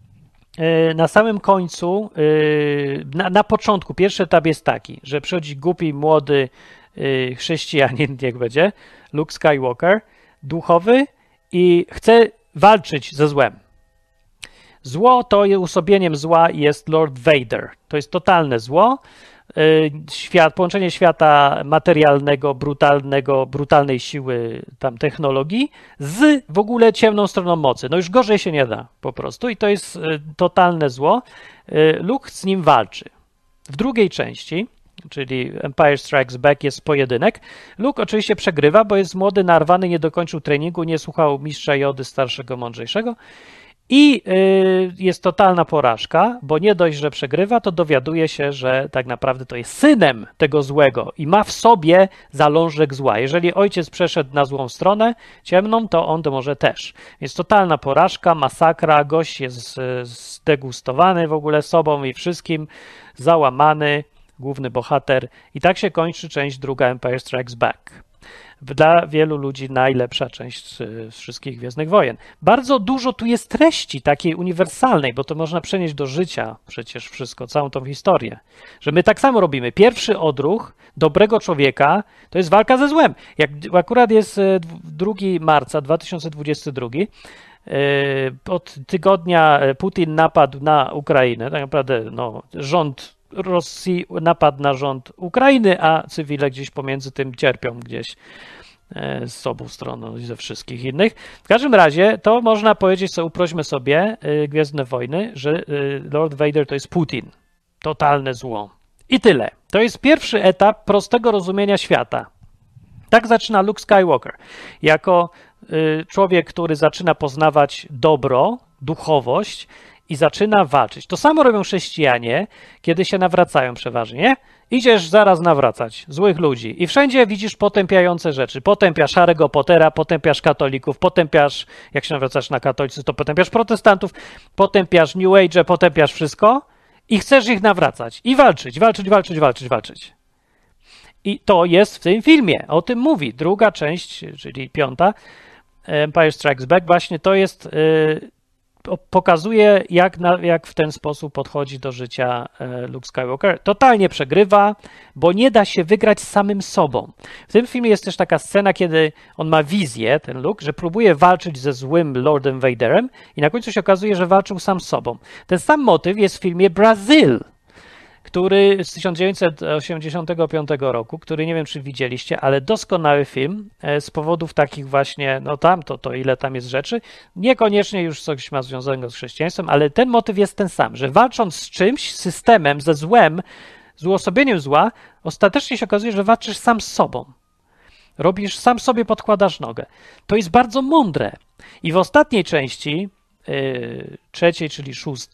na samym końcu, na początku, pierwszy etap jest taki, że przychodzi głupi, młody chrześcijanin, niech będzie, Luke Skywalker, duchowy i chce walczyć ze złem. Zło to uosobieniem zła jest Lord Vader. To jest totalne zło. Połączenie świata materialnego, brutalnej siły tam technologii z w ogóle ciemną stroną mocy. No już gorzej się nie da po prostu i to jest totalne zło. Luke z nim walczy. W drugiej części, czyli Empire Strikes Back, jest pojedynek. Luke oczywiście przegrywa, bo jest młody, narwany, nie dokończył treningu, nie słuchał mistrza Jody, starszego, mądrzejszego. I jest totalna porażka, bo nie dość, że przegrywa, to dowiaduje się, że tak naprawdę to jest synem tego złego i ma w sobie zalążek zła. Jeżeli ojciec przeszedł na złą stronę ciemną, to on to może też. Więc totalna porażka, masakra, gość jest zdegustowany w ogóle sobą i wszystkim, załamany, główny bohater. I tak się kończy część druga Empire Strikes Back. Dla wielu ludzi najlepsza część z wszystkich Gwiezdnych Wojen. Bardzo dużo tu jest treści takiej uniwersalnej, bo to można przenieść do życia przecież wszystko, całą tą historię. Że my tak samo robimy. Pierwszy odruch dobrego człowieka to jest walka ze złem. Jak akurat jest 2 marca 2022, od tygodnia Putin napadł na Ukrainę, tak naprawdę rząd Rosji napadł na rząd Ukrainy, a cywile gdzieś pomiędzy tym cierpią gdzieś z obu stron i ze wszystkich innych. W każdym razie to można powiedzieć, co uprośmy sobie Gwiezdne Wojny, że Lord Vader to jest Putin. Totalne zło. I tyle. To jest pierwszy etap prostego rozumienia świata. Tak zaczyna Luke Skywalker. Jako człowiek, który zaczyna poznawać dobro, duchowość i zaczyna walczyć. To samo robią chrześcijanie, kiedy się nawracają przeważnie. Idziesz zaraz nawracać złych ludzi i wszędzie widzisz potępiające rzeczy. Potępiasz Harry'ego Pottera, potępiasz katolików, potępiasz, jak się nawracasz na katolicyzm, to potępiasz protestantów, potępiasz New Age, potępiasz wszystko i chcesz ich nawracać i walczyć. I to jest w tym filmie, o tym mówi. Druga część, czyli 5, Empire Strikes Back, właśnie to jest, pokazuje, jak w ten sposób podchodzi do życia Luke Skywalker. Totalnie przegrywa, bo nie da się wygrać z samym sobą. W tym filmie jest też taka scena, kiedy on ma wizję, ten Luke, że próbuje walczyć ze złym Lordem Vaderem i na końcu się okazuje, że walczył sam z sobą. Ten sam motyw jest w filmie Brazil, który z 1985 roku, który nie wiem, czy widzieliście, ale doskonały film z powodów takich właśnie, no tam, to ile tam jest rzeczy, niekoniecznie już coś ma związanego z chrześcijaństwem, ale ten motyw jest ten sam, że walcząc z czymś, systemem, ze złem, z uosobieniem zła, ostatecznie się okazuje, że walczysz sam z sobą. Robisz, sam sobie podkładasz nogę. To jest bardzo mądre. I w ostatniej części, 3, czyli 6,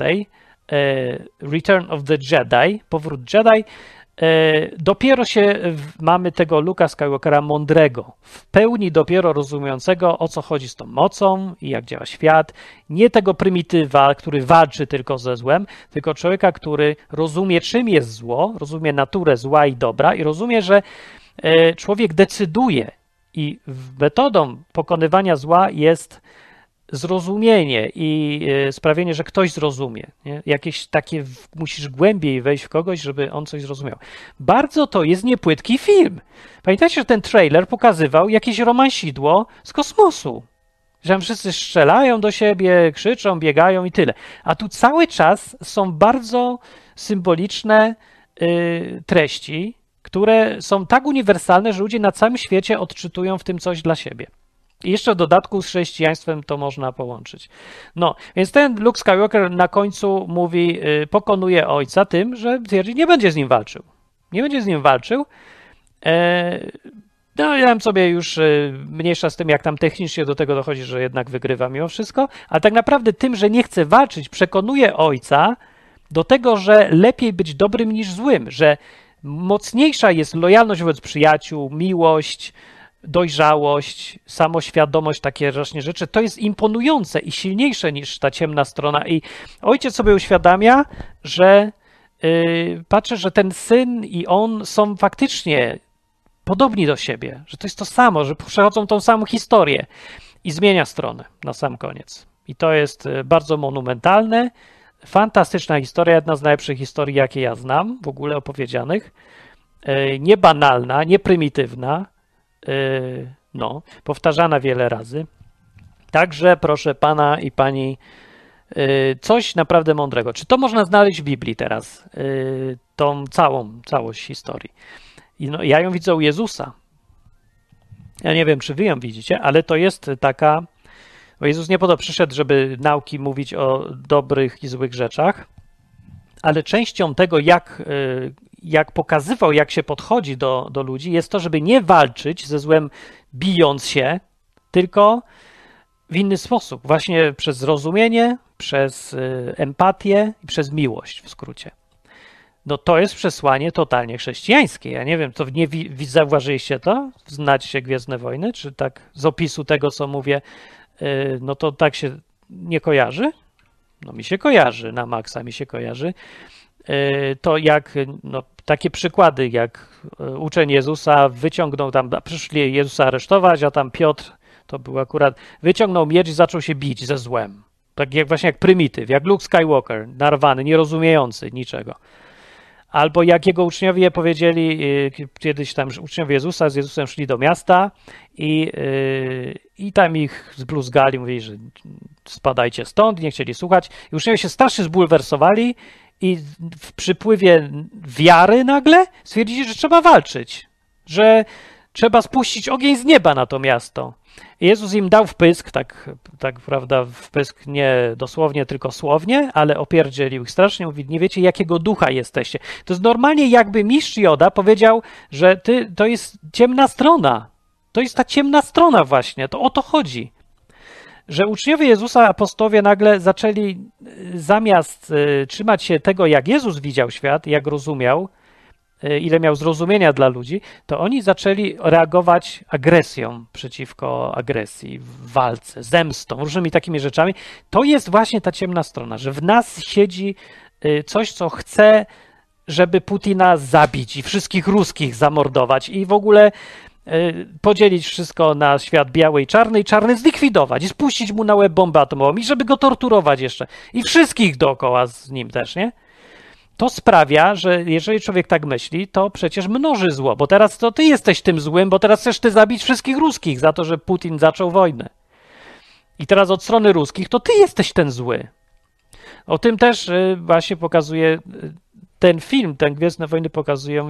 Return of the Jedi, powrót Jedi, dopiero mamy tego Luke'a Skywalkera mądrego, w pełni dopiero rozumiejącego, o co chodzi z tą mocą i jak działa świat. Nie tego prymitywa, który walczy tylko ze złem, tylko człowieka, który rozumie, czym jest zło, rozumie naturę zła i dobra i rozumie, że człowiek decyduje i metodą pokonywania zła jest zrozumienie i sprawienie, że ktoś zrozumie. Nie? Jakieś takie, musisz głębiej wejść w kogoś, żeby on coś zrozumiał. Bardzo to jest niepłytki film. Pamiętajcie, że ten trailer pokazywał jakieś romansidło z kosmosu. Że tam wszyscy strzelają do siebie, krzyczą, biegają i tyle. A tu cały czas są bardzo symboliczne treści, które są tak uniwersalne, że ludzie na całym świecie odczytują w tym coś dla siebie. I jeszcze w dodatku z chrześcijaństwem to można połączyć. No, więc ten Luke Skywalker na końcu mówi, pokonuje ojca tym, że twierdzi, nie będzie z nim walczył. Nie będzie z nim walczył. No, ja bym sobie już mniejsza z tym, jak tam technicznie do tego dochodzi, że jednak wygrywa mimo wszystko, ale tak naprawdę tym, że nie chce walczyć, przekonuje ojca do tego, że lepiej być dobrym niż złym, że mocniejsza jest lojalność wobec przyjaciół, miłość, dojrzałość, samoświadomość, takie właśnie rzeczy, to jest imponujące i silniejsze niż ta ciemna strona. I ojciec sobie uświadamia, że patrzy, że ten syn i on są faktycznie podobni do siebie, że to jest to samo, że przechodzą tą samą historię i zmienia stronę na sam koniec. I to jest bardzo monumentalne, fantastyczna historia, jedna z najlepszych historii, jakie ja znam, w ogóle opowiedzianych, nie banalna, nie prymitywna, no, powtarzana wiele razy. Także proszę pana i pani, coś naprawdę mądrego. Czy to można znaleźć w Biblii teraz? Tą całość historii. I no, ja ją widzę u Jezusa. Ja nie wiem, czy wy ją widzicie, ale to jest taka... Bo Jezus nie po to przyszedł, żeby nauki mówić o dobrych i złych rzeczach, ale częścią tego, jak pokazywał, jak się podchodzi do ludzi, jest to, żeby nie walczyć ze złem bijąc się, tylko w inny sposób. Właśnie przez zrozumienie, przez empatię i przez miłość w skrócie. No to jest przesłanie totalnie chrześcijańskie. Ja nie wiem, to nie zauważyliście to? Znacie Gwiezdne Wojny? Czy tak z opisu tego, co mówię, no to tak się nie kojarzy? No mi się kojarzy, na maksa mi się kojarzy. To jak, no, takie przykłady, jak uczeń Jezusa wyciągnął tam, przyszli Jezusa aresztować, a tam Piotr, to był akurat, wyciągnął miecz i zaczął się bić ze złem. Tak jak właśnie jak prymityw, jak Luke Skywalker, narwany, nierozumiejący niczego. Albo jak jego uczniowie powiedzieli, kiedyś tam uczniowie Jezusa z Jezusem szli do miasta i tam ich zbluzgali, mówili, że spadajcie stąd, nie chcieli słuchać. I uczniowie się strasznie zbulwersowali i w przypływie wiary nagle stwierdzili, że trzeba walczyć, że Trzeba spuścić ogień z nieba na to miasto. Jezus im dał wpysk, tak prawda, wpysk nie dosłownie, tylko słownie, ale opierdzielił ich strasznie, mówi, nie wiecie, jakiego ducha jesteście. To jest normalnie jakby mistrz Joda powiedział, że to jest ciemna strona. To jest ta ciemna strona właśnie, to o to chodzi. Że uczniowie Jezusa, apostołowie nagle zaczęli zamiast trzymać się tego, jak Jezus widział świat, jak rozumiał, ile miał zrozumienia dla ludzi, to oni zaczęli reagować agresją przeciwko agresji, w walce, zemstą, różnymi takimi rzeczami. To jest właśnie ta ciemna strona, że w nas siedzi coś, co chce, żeby Putina zabić i wszystkich ruskich zamordować i w ogóle podzielić wszystko na świat biały i czarny zlikwidować i spuścić mu na łeb bombę atomową i żeby go torturować jeszcze i wszystkich dookoła z nim też, nie? To sprawia, że jeżeli człowiek tak myśli, to przecież mnoży zło, bo teraz to ty jesteś tym złym, bo teraz chcesz ty zabić wszystkich ruskich za to, że Putin zaczął wojnę. I teraz od strony ruskich to ty jesteś ten zły. O tym też właśnie pokazuje ten film, ten Gwiezdne Wojny pokazują,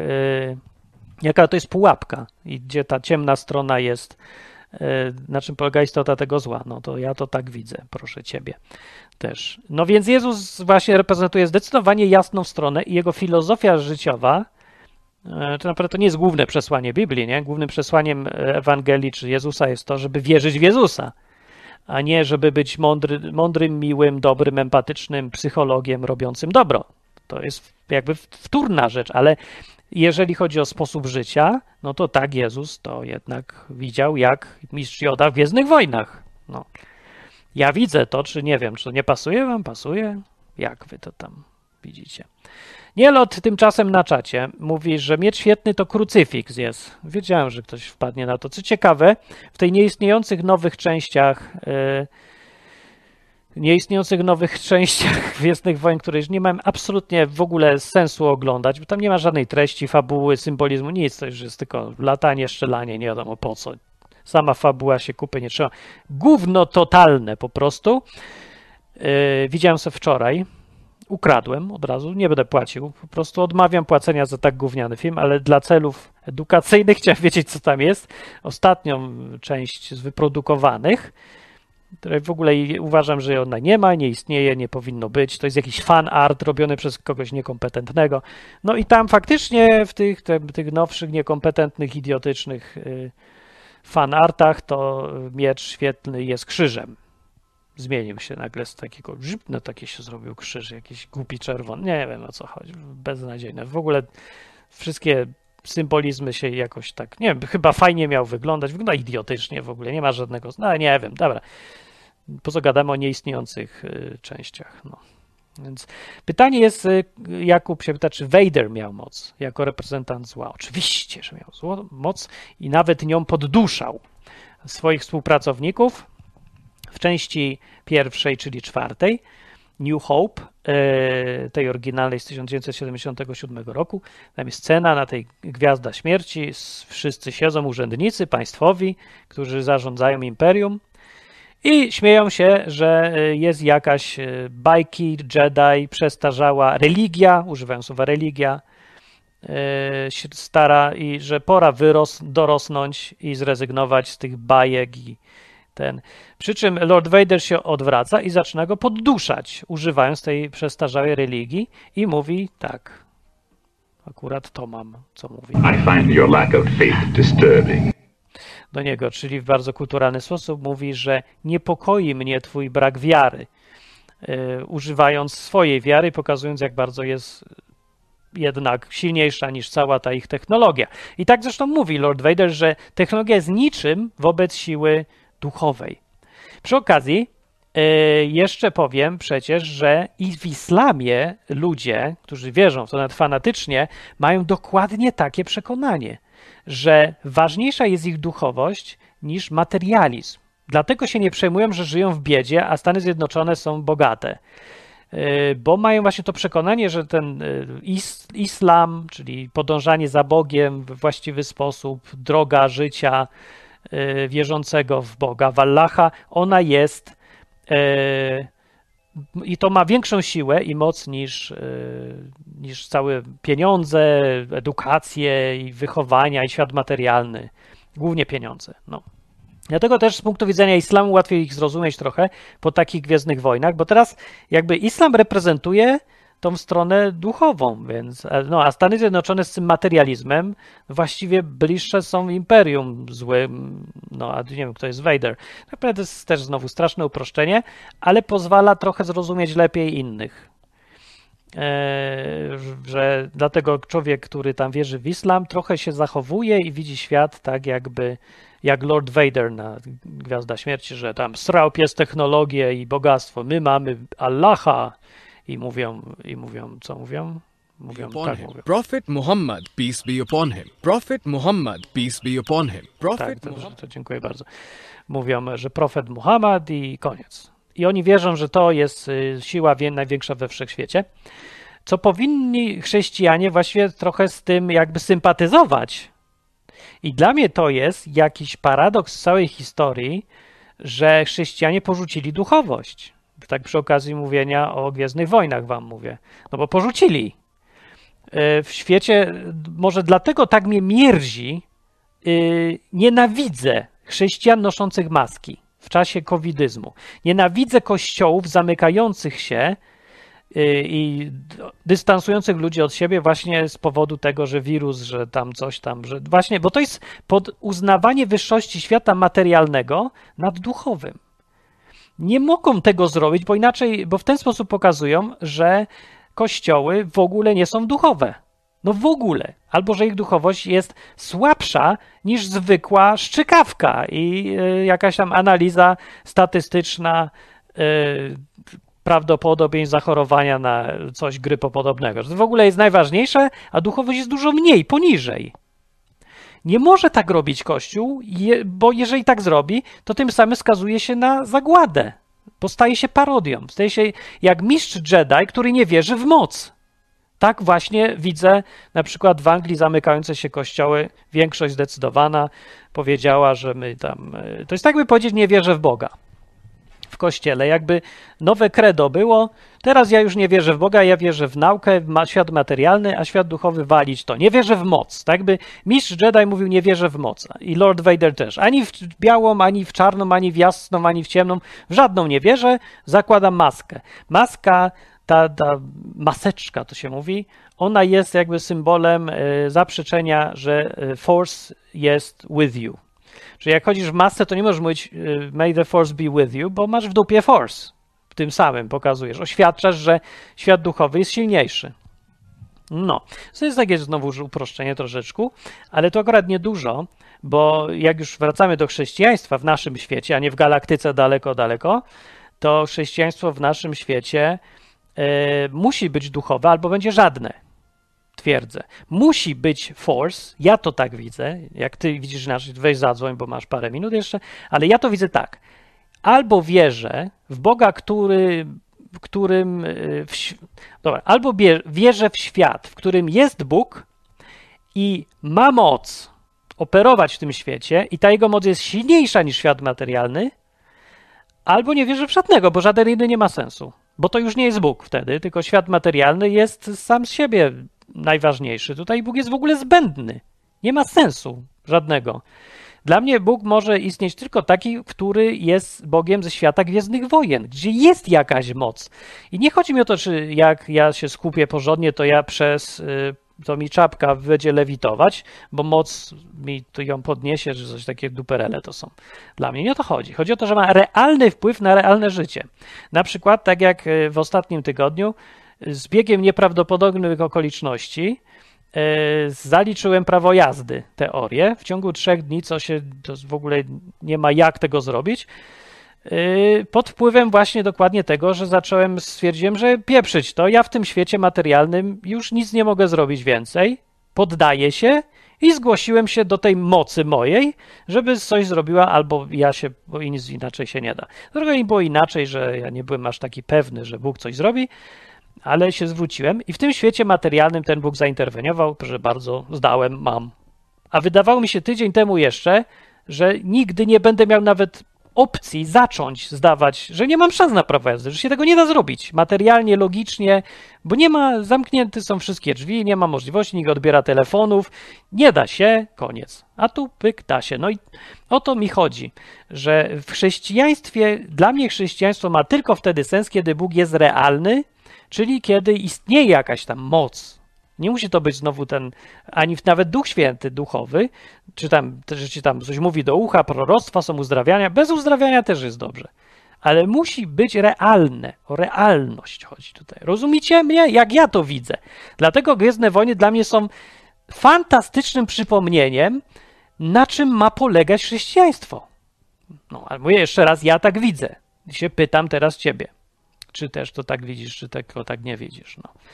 jaka to jest pułapka i gdzie ta ciemna strona jest, na czym polega istota tego zła. No to ja to tak widzę, proszę ciebie też. No więc Jezus właśnie reprezentuje zdecydowanie jasną stronę i jego filozofia życiowa, to naprawdę to nie jest główne przesłanie Biblii, nie? Głównym przesłaniem Ewangelii czy Jezusa jest to, żeby wierzyć w Jezusa, a nie żeby być mądrym, miłym, dobrym, empatycznym psychologiem robiącym dobro. To jest jakby wtórna rzecz, ale jeżeli chodzi o sposób życia, no to tak Jezus to jednak widział jak mistrz Joda w Gwiezdnych Wojnach. No. Ja widzę to, czy nie wiem, czy to nie pasuje wam? Pasuje? Jak wy to tam widzicie? Nielot tymczasem na czacie mówi, że miecz świetny to krucyfiks jest. Wiedziałem, że ktoś wpadnie na to. Co ciekawe, w tej nieistniejących nowych częściach Gwiezdnych Wojen, które już nie mają absolutnie w ogóle sensu oglądać, bo tam nie ma żadnej treści, fabuły, symbolizmu, nic, to już jest tylko latanie, strzelanie, nie wiadomo po co. Sama fabuła się kupy nie trzeba. Gówno totalne po prostu. Widziałem sobie wczoraj, ukradłem od razu, nie będę płacił, po prostu odmawiam płacenia za tak gówniany film, ale dla celów edukacyjnych chciałem wiedzieć, co tam jest. Ostatnią część z wyprodukowanych, której w ogóle uważam, że ona nie ma, nie istnieje, nie powinno być. To jest jakiś fan art robiony przez kogoś niekompetentnego. No i tam faktycznie w tych nowszych, niekompetentnych, idiotycznych fan artach to miecz świetlny jest krzyżem. Zmienił się nagle z takiego, no taki się zrobił krzyż, jakiś głupi czerwony, nie wiem o co chodzi, beznadziejne. W ogóle wszystkie symbolizmy się jakoś tak, nie wiem, chyba fajnie miał wygląda idiotycznie w ogóle, nie ma żadnego, no nie wiem, dobra. Po co gadamy o nieistniejących częściach, no. Więc pytanie jest, Jakub się pyta, czy Vader miał moc jako reprezentant zła. Oczywiście, że miał moc i nawet nią podduszał swoich współpracowników. W części pierwszej, czyli czwartej, New Hope, tej oryginalnej z 1977 roku, tam jest scena na tej Gwiazda Śmierci, wszyscy siedzą urzędnicy państwowi, którzy zarządzają imperium i śmieją się, że jest jakaś bajki, Jedi, przestarzała religia, używają słowa religia, stara i że pora dorosnąć i zrezygnować z tych bajek i Przy czym Lord Vader się odwraca i zaczyna go podduszać, używając tej przestarzałej religii i mówi tak. Akurat to mam, co mówi. I find your lack of faith disturbing. Do niego, czyli w bardzo kulturalny sposób mówi, że niepokoi mnie twój brak wiary, używając swojej wiary, pokazując jak bardzo jest jednak silniejsza niż cała ta ich technologia. I tak zresztą mówi Lord Vader, że technologia jest niczym wobec siły duchowej. Przy okazji jeszcze powiem przecież, że i w islamie ludzie, którzy wierzą w to nawet fanatycznie, mają dokładnie takie przekonanie, że ważniejsza jest ich duchowość niż materializm. Dlatego się nie przejmują, że żyją w biedzie, a Stany Zjednoczone są bogate. Bo mają właśnie to przekonanie, że ten islam, czyli podążanie za Bogiem we właściwy sposób, droga życia wierzącego w Boga, w Allaha, ona jest i to ma większą siłę i moc niż całe pieniądze, edukację i wychowania i świat materialny. Głównie pieniądze. No. Dlatego też z punktu widzenia islamu łatwiej ich zrozumieć trochę po takich Gwiezdnych Wojnach, bo teraz jakby islam reprezentuje tą stronę duchową, więc no, a Stany Zjednoczone z tym materializmem właściwie bliższe są imperium złym, no a nie wiem, kto jest Vader. Naprawdę to jest też znowu straszne uproszczenie, ale pozwala trochę zrozumieć lepiej innych. Że dlatego człowiek, który tam wierzy w islam, trochę się zachowuje i widzi świat tak jakby jak Lord Vader na Gwiazda Śmierci, że tam srał pies technologię i bogactwo. My mamy Allaha i mówią, co mówią? Mówią, tak mówią. Prophet Muhammad, peace be upon him. Prophet Muhammad, peace be upon him. Prophet Tak, dobrze, to dziękuję bardzo. Mówią, że profet Muhammad i koniec. I oni wierzą, że to jest siła największa we wszechświecie, co powinni chrześcijanie właściwie trochę z tym jakby sympatyzować. I dla mnie to jest jakiś paradoks z całej historii, że chrześcijanie porzucili duchowość. Tak przy okazji mówienia o Gwiezdnych Wojnach wam mówię. No bo porzucili. W świecie, może dlatego tak mnie mierzi, nienawidzę chrześcijan noszących maski w czasie covidyzmu. Nienawidzę kościołów zamykających się i dystansujących ludzi od siebie właśnie z powodu tego, że wirus, że tam coś tam, że właśnie, bo to jest pod uznawanie wyższości świata materialnego nad duchowym. Nie mogą tego zrobić, bo inaczej, bo w ten sposób pokazują, że kościoły w ogóle nie są duchowe. No w ogóle. Albo, że ich duchowość jest słabsza niż zwykła szczykawka i jakaś tam analiza statystyczna prawdopodobieństw zachorowania na coś grypopodobnego. Że to w ogóle jest najważniejsze, a duchowość jest dużo mniej, poniżej. Nie może tak robić Kościół, bo jeżeli tak zrobi, to tym samym skazuje się na zagładę, bo staje się parodią. Staje się jak mistrz Jedi, który nie wierzy w moc. Tak właśnie widzę na przykład w Anglii zamykające się kościoły. Większość zdecydowana powiedziała, że my tam... To jest tak, by powiedzieć, nie wierzę w Boga. W kościele, jakby nowe credo było, teraz ja już nie wierzę w Boga, ja wierzę w naukę, świat materialny, a świat duchowy walić to. Nie wierzę w moc. Tak jakby mistrz Jedi mówił, nie wierzę w moc. I Lord Vader też. Ani w białą, ani w czarną, ani w jasną, ani w ciemną. W żadną nie wierzę, zakładam maskę. Maska, ta maseczka, to się mówi, ona jest jakby symbolem zaprzeczenia, że Force jest with you. Że jak chodzisz w masce, to nie możesz mówić may the force be with you, bo masz w dupie force. Tym samym pokazujesz, oświadczasz, że świat duchowy jest silniejszy. No, to jest takie znowu uproszczenie troszeczkę, ale to akurat niedużo, bo jak już wracamy do chrześcijaństwa w naszym świecie, a nie w galaktyce daleko, daleko, to chrześcijaństwo w naszym świecie musi być duchowe albo będzie żadne. Twierdzę. Musi być force, ja to tak widzę, jak ty widzisz inaczej, weź zadzwoń, bo masz parę minut jeszcze, ale ja to widzę tak. Albo wierzę w Boga, albo wierzę w świat, w którym jest Bóg i ma moc operować w tym świecie i ta jego moc jest silniejsza niż świat materialny, albo nie wierzę w żadnego, bo żaden inny nie ma sensu. Bo to już nie jest Bóg wtedy, tylko świat materialny jest sam z siebie najważniejszy. Tutaj Bóg jest w ogóle zbędny. Nie ma sensu żadnego. Dla mnie Bóg może istnieć tylko taki, który jest Bogiem ze świata Gwiezdnych Wojen, gdzie jest jakaś moc. I nie chodzi mi o to, czy jak ja się skupię porządnie, to ja to mi czapka będzie lewitować, bo moc mi to ją podniesie, że coś takie duperele to są. Dla mnie nie o to chodzi. Chodzi o to, że ma realny wpływ na realne życie. Na przykład, tak jak w ostatnim tygodniu, z biegiem nieprawdopodobnych okoliczności zaliczyłem prawo jazdy, teorię. W ciągu 3 dni, to w ogóle nie ma jak tego zrobić, pod wpływem właśnie dokładnie tego, że stwierdziłem, że pieprzyć to, ja w tym świecie materialnym już nic nie mogę zrobić więcej, poddaję się i zgłosiłem się do tej mocy mojej, żeby coś zrobiła, albo bo i nic inaczej się nie da. Trochę nie było inaczej, że ja nie byłem aż taki pewny, że Bóg coś zrobi, ale się zwróciłem i w tym świecie materialnym ten Bóg zainterweniował, proszę bardzo, mam. A wydawało mi się tydzień temu jeszcze, że nigdy nie będę miał nawet opcji zacząć zdawać, że nie mam szans na prawo jazdy, że się tego nie da zrobić materialnie, logicznie, bo nie ma, zamknięte są wszystkie drzwi, nie ma możliwości, nikt odbiera telefonów, nie da się, koniec. A tu pyk, da się. No i o to mi chodzi, że w chrześcijaństwie, dla mnie chrześcijaństwo ma tylko wtedy sens, kiedy Bóg jest realny, czyli kiedy istnieje jakaś tam moc. Nie musi to być znowu ten, ani nawet Duch Święty, duchowy, czy tam coś mówi do ucha, proroctwa, są uzdrawiania. Bez uzdrawiania też jest dobrze. Ale musi być realne. O realność chodzi tutaj. Rozumiecie mnie? Jak ja to widzę. Dlatego Gwiezdne Wojny dla mnie są fantastycznym przypomnieniem, na czym ma polegać chrześcijaństwo. No, ale mówię jeszcze raz, ja tak widzę. I się pytam teraz ciebie. Czy też to tak widzisz, czy tylko tak nie widzisz.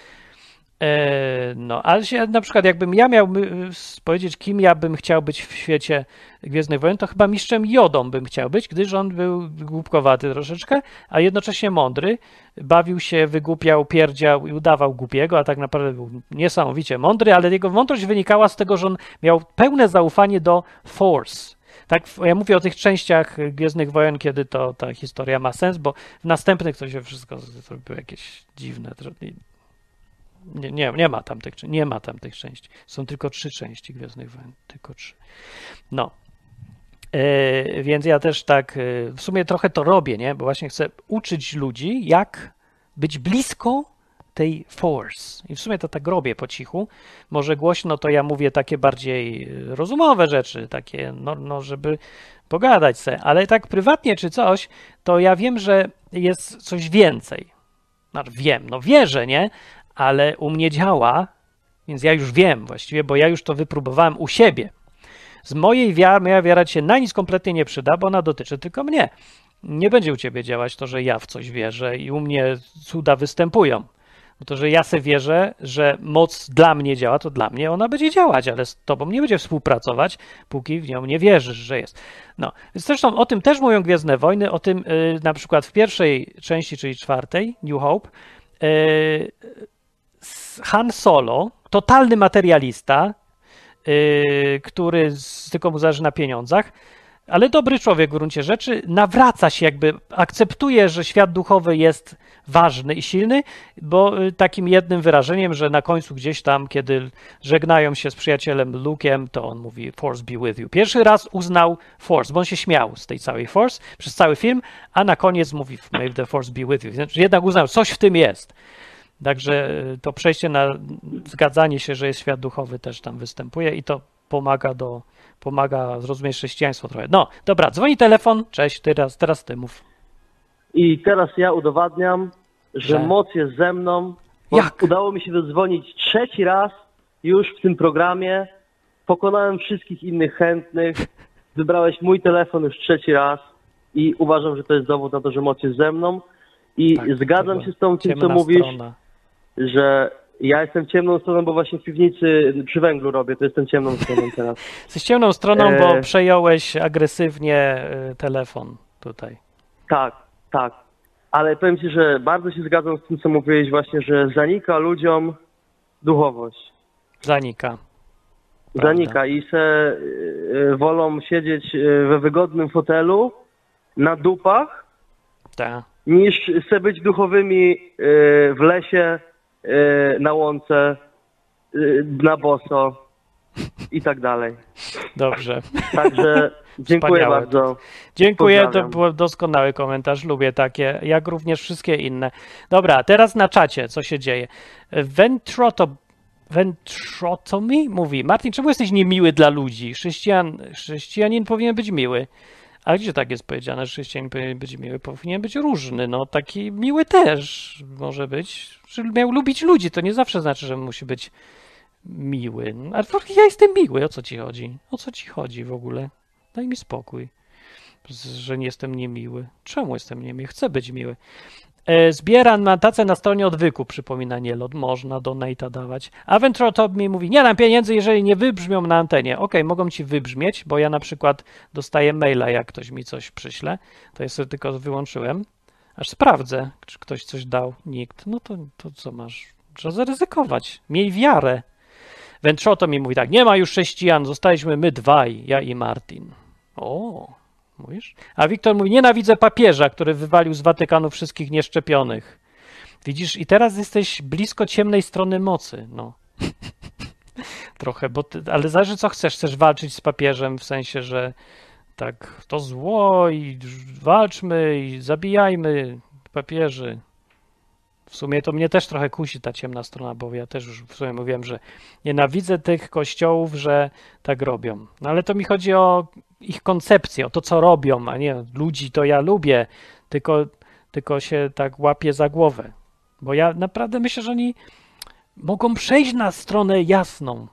No, ale się, na przykład jakbym ja miał powiedzieć, kim ja bym chciał być w świecie Gwiezdnych Wojen, to chyba mistrzem Jodą bym chciał być, gdyż on był głupkowaty troszeczkę, a jednocześnie mądry, bawił się, wygłupiał, pierdział i udawał głupiego, a tak naprawdę był niesamowicie mądry, ale jego mądrość wynikała z tego, że on miał pełne zaufanie do Force. Tak, ja mówię o tych częściach Gwiezdnych Wojen, kiedy to ta historia ma sens, bo w następnych to się wszystko zrobiło jakieś dziwne. Nie ma tam tych części. Są tylko 3 części Gwiezdnych Wojen. Tylko 3. No. Więc ja też tak w sumie trochę to robię, nie? Bo właśnie chcę uczyć ludzi, jak być blisko tej Force. I w sumie to tak robię po cichu. Może głośno to ja mówię takie bardziej rozumowe rzeczy, takie, no żeby pogadać se. Ale tak prywatnie czy coś, to ja wiem, że jest coś więcej. Wierzę, nie? Ale u mnie działa, więc ja już wiem właściwie, bo ja już to wypróbowałem u siebie. Z mojej wiary, moja wiara ci się na nic kompletnie nie przyda, bo ona dotyczy tylko mnie. Nie będzie u ciebie działać to, że ja w coś wierzę i u mnie cuda występują. Bo to, że ja se wierzę, że moc dla mnie działa, to dla mnie ona będzie działać, ale z tobą nie będzie współpracować, póki w nią nie wierzysz, że jest. No, zresztą o tym też mówią Gwiezdne Wojny, o tym na przykład w pierwszej części, czyli 4, New Hope, Han Solo, totalny materialista, który tylko mu zależy na pieniądzach, ale dobry człowiek w gruncie rzeczy, nawraca się jakby, akceptuje, że świat duchowy jest ważny i silny, bo takim jednym wyrażeniem, że na końcu gdzieś tam, kiedy żegnają się z przyjacielem Luke'em, to on mówi Force be with you. Pierwszy raz uznał Force, bo on się śmiał z tej całej Force przez cały film, a na koniec mówi may the Force be with you. Znaczy, jednak uznał, coś w tym jest. Także to przejście na zgadzanie się, że jest świat duchowy też tam występuje i to pomaga zrozumieć chrześcijaństwo trochę. No, dobra, dzwoni telefon, cześć, teraz ty mów. I teraz ja udowadniam, że moc jest ze mną. Jak? Udało mi się dodzwonić 3. raz już w tym programie. Pokonałem wszystkich innych chętnych. Wybrałeś mój telefon już 3. raz i uważam, że to jest dowód na to, że moc jest ze mną. I tak, zgadzam się z tą tym, co mówisz, że ja jestem ciemną stroną, bo właśnie w piwnicy przy węglu robię, to jestem ciemną stroną teraz. Jesteś ciemną stroną, bo przejąłeś agresywnie telefon tutaj. Tak. Ale powiem ci, że bardzo się zgadzam z tym, co mówiłeś właśnie, że zanika ludziom duchowość. Zanika i wolą siedzieć we wygodnym fotelu na dupach, niż se być duchowymi w lesie, na łące, na boso i tak dalej. Dobrze. Także dziękuję bardzo. Dziękuję, to był doskonały komentarz, lubię takie, jak również wszystkie inne. Dobra, teraz na czacie, co się dzieje. Ventrotomy mówi, Martin, czemu jesteś niemiły dla ludzi? Chrześcijanin powinien być miły. A gdzie tak jest powiedziane, że chrześcijanin powinien być miły? Powinien być różny, no taki miły też może być. Że miał lubić ludzi, to nie zawsze znaczy, że musi być miły. Ale ja jestem miły, o co ci chodzi? O co ci chodzi w ogóle? Daj mi spokój, że nie jestem niemiły. Czemu jestem niemiły? Chcę być miły. Zbieram na tacę na stronie odwyku, przypomina Nielot. Można donate'a dawać. Aventrotop mi mówi, nie dam pieniędzy, jeżeli nie wybrzmią na antenie. Okej, mogą ci wybrzmieć, bo ja na przykład dostaję maila, jak ktoś mi coś przyśle. To ja sobie tylko wyłączyłem. Aż sprawdzę, czy ktoś coś dał. Nikt. No to co masz? Trzeba zaryzykować. Miej wiarę. Ventroto mi mówi tak, nie ma już chrześcijan, zostaliśmy my dwaj, ja i Martin. O, Mówisz? A Wiktor mówi, nienawidzę papieża, który wywalił z Watykanu wszystkich nieszczepionych. Widzisz, i teraz jesteś blisko ciemnej strony mocy, no. Trochę, ale zależy co chcesz. Chcesz walczyć z papieżem w sensie, że tak, to zło i walczmy i zabijajmy papieży. W sumie to mnie też trochę kusi ta ciemna strona, bo ja też już w sumie mówiłem, że nienawidzę tych kościołów, że tak robią. No ale to mi chodzi o ich koncepcję, o to, co robią, a nie ludzi to ja lubię, tylko się tak łapię za głowę. Bo ja naprawdę myślę, że oni mogą przejść na stronę jasną.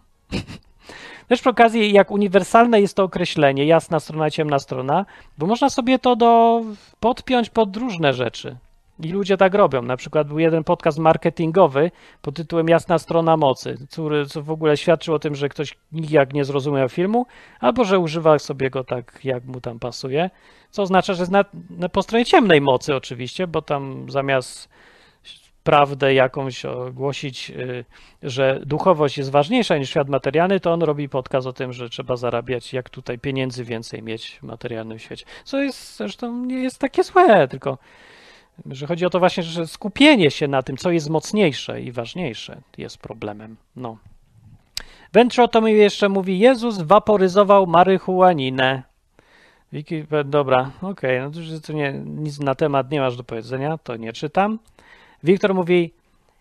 Też przy okazji, jak uniwersalne jest to określenie, jasna strona, ciemna strona, bo można sobie to podpiąć pod różne rzeczy. I ludzie tak robią. Na przykład był jeden podcast marketingowy pod tytułem Jasna strona mocy, co w ogóle świadczył o tym, że ktoś nijak nie zrozumiał filmu, albo że używa sobie go tak, jak mu tam pasuje, co oznacza, że jest po stronie ciemnej mocy oczywiście, bo tam zamiast prawdę jakąś ogłosić, że duchowość jest ważniejsza niż świat materialny, to on robi podcast o tym, że trzeba zarabiać, jak tutaj pieniędzy więcej mieć w materialnym świecie. Co jest zresztą nie jest takie złe, tylko że chodzi o to właśnie, że skupienie się na tym, co jest mocniejsze i ważniejsze, jest problemem. No. Ventro to mi jeszcze mówi, Jezus waporyzował maryhuaninę. Wiki, dobra, okej, no to nic na temat nie masz do powiedzenia, to nie czytam. Wiktor mówi,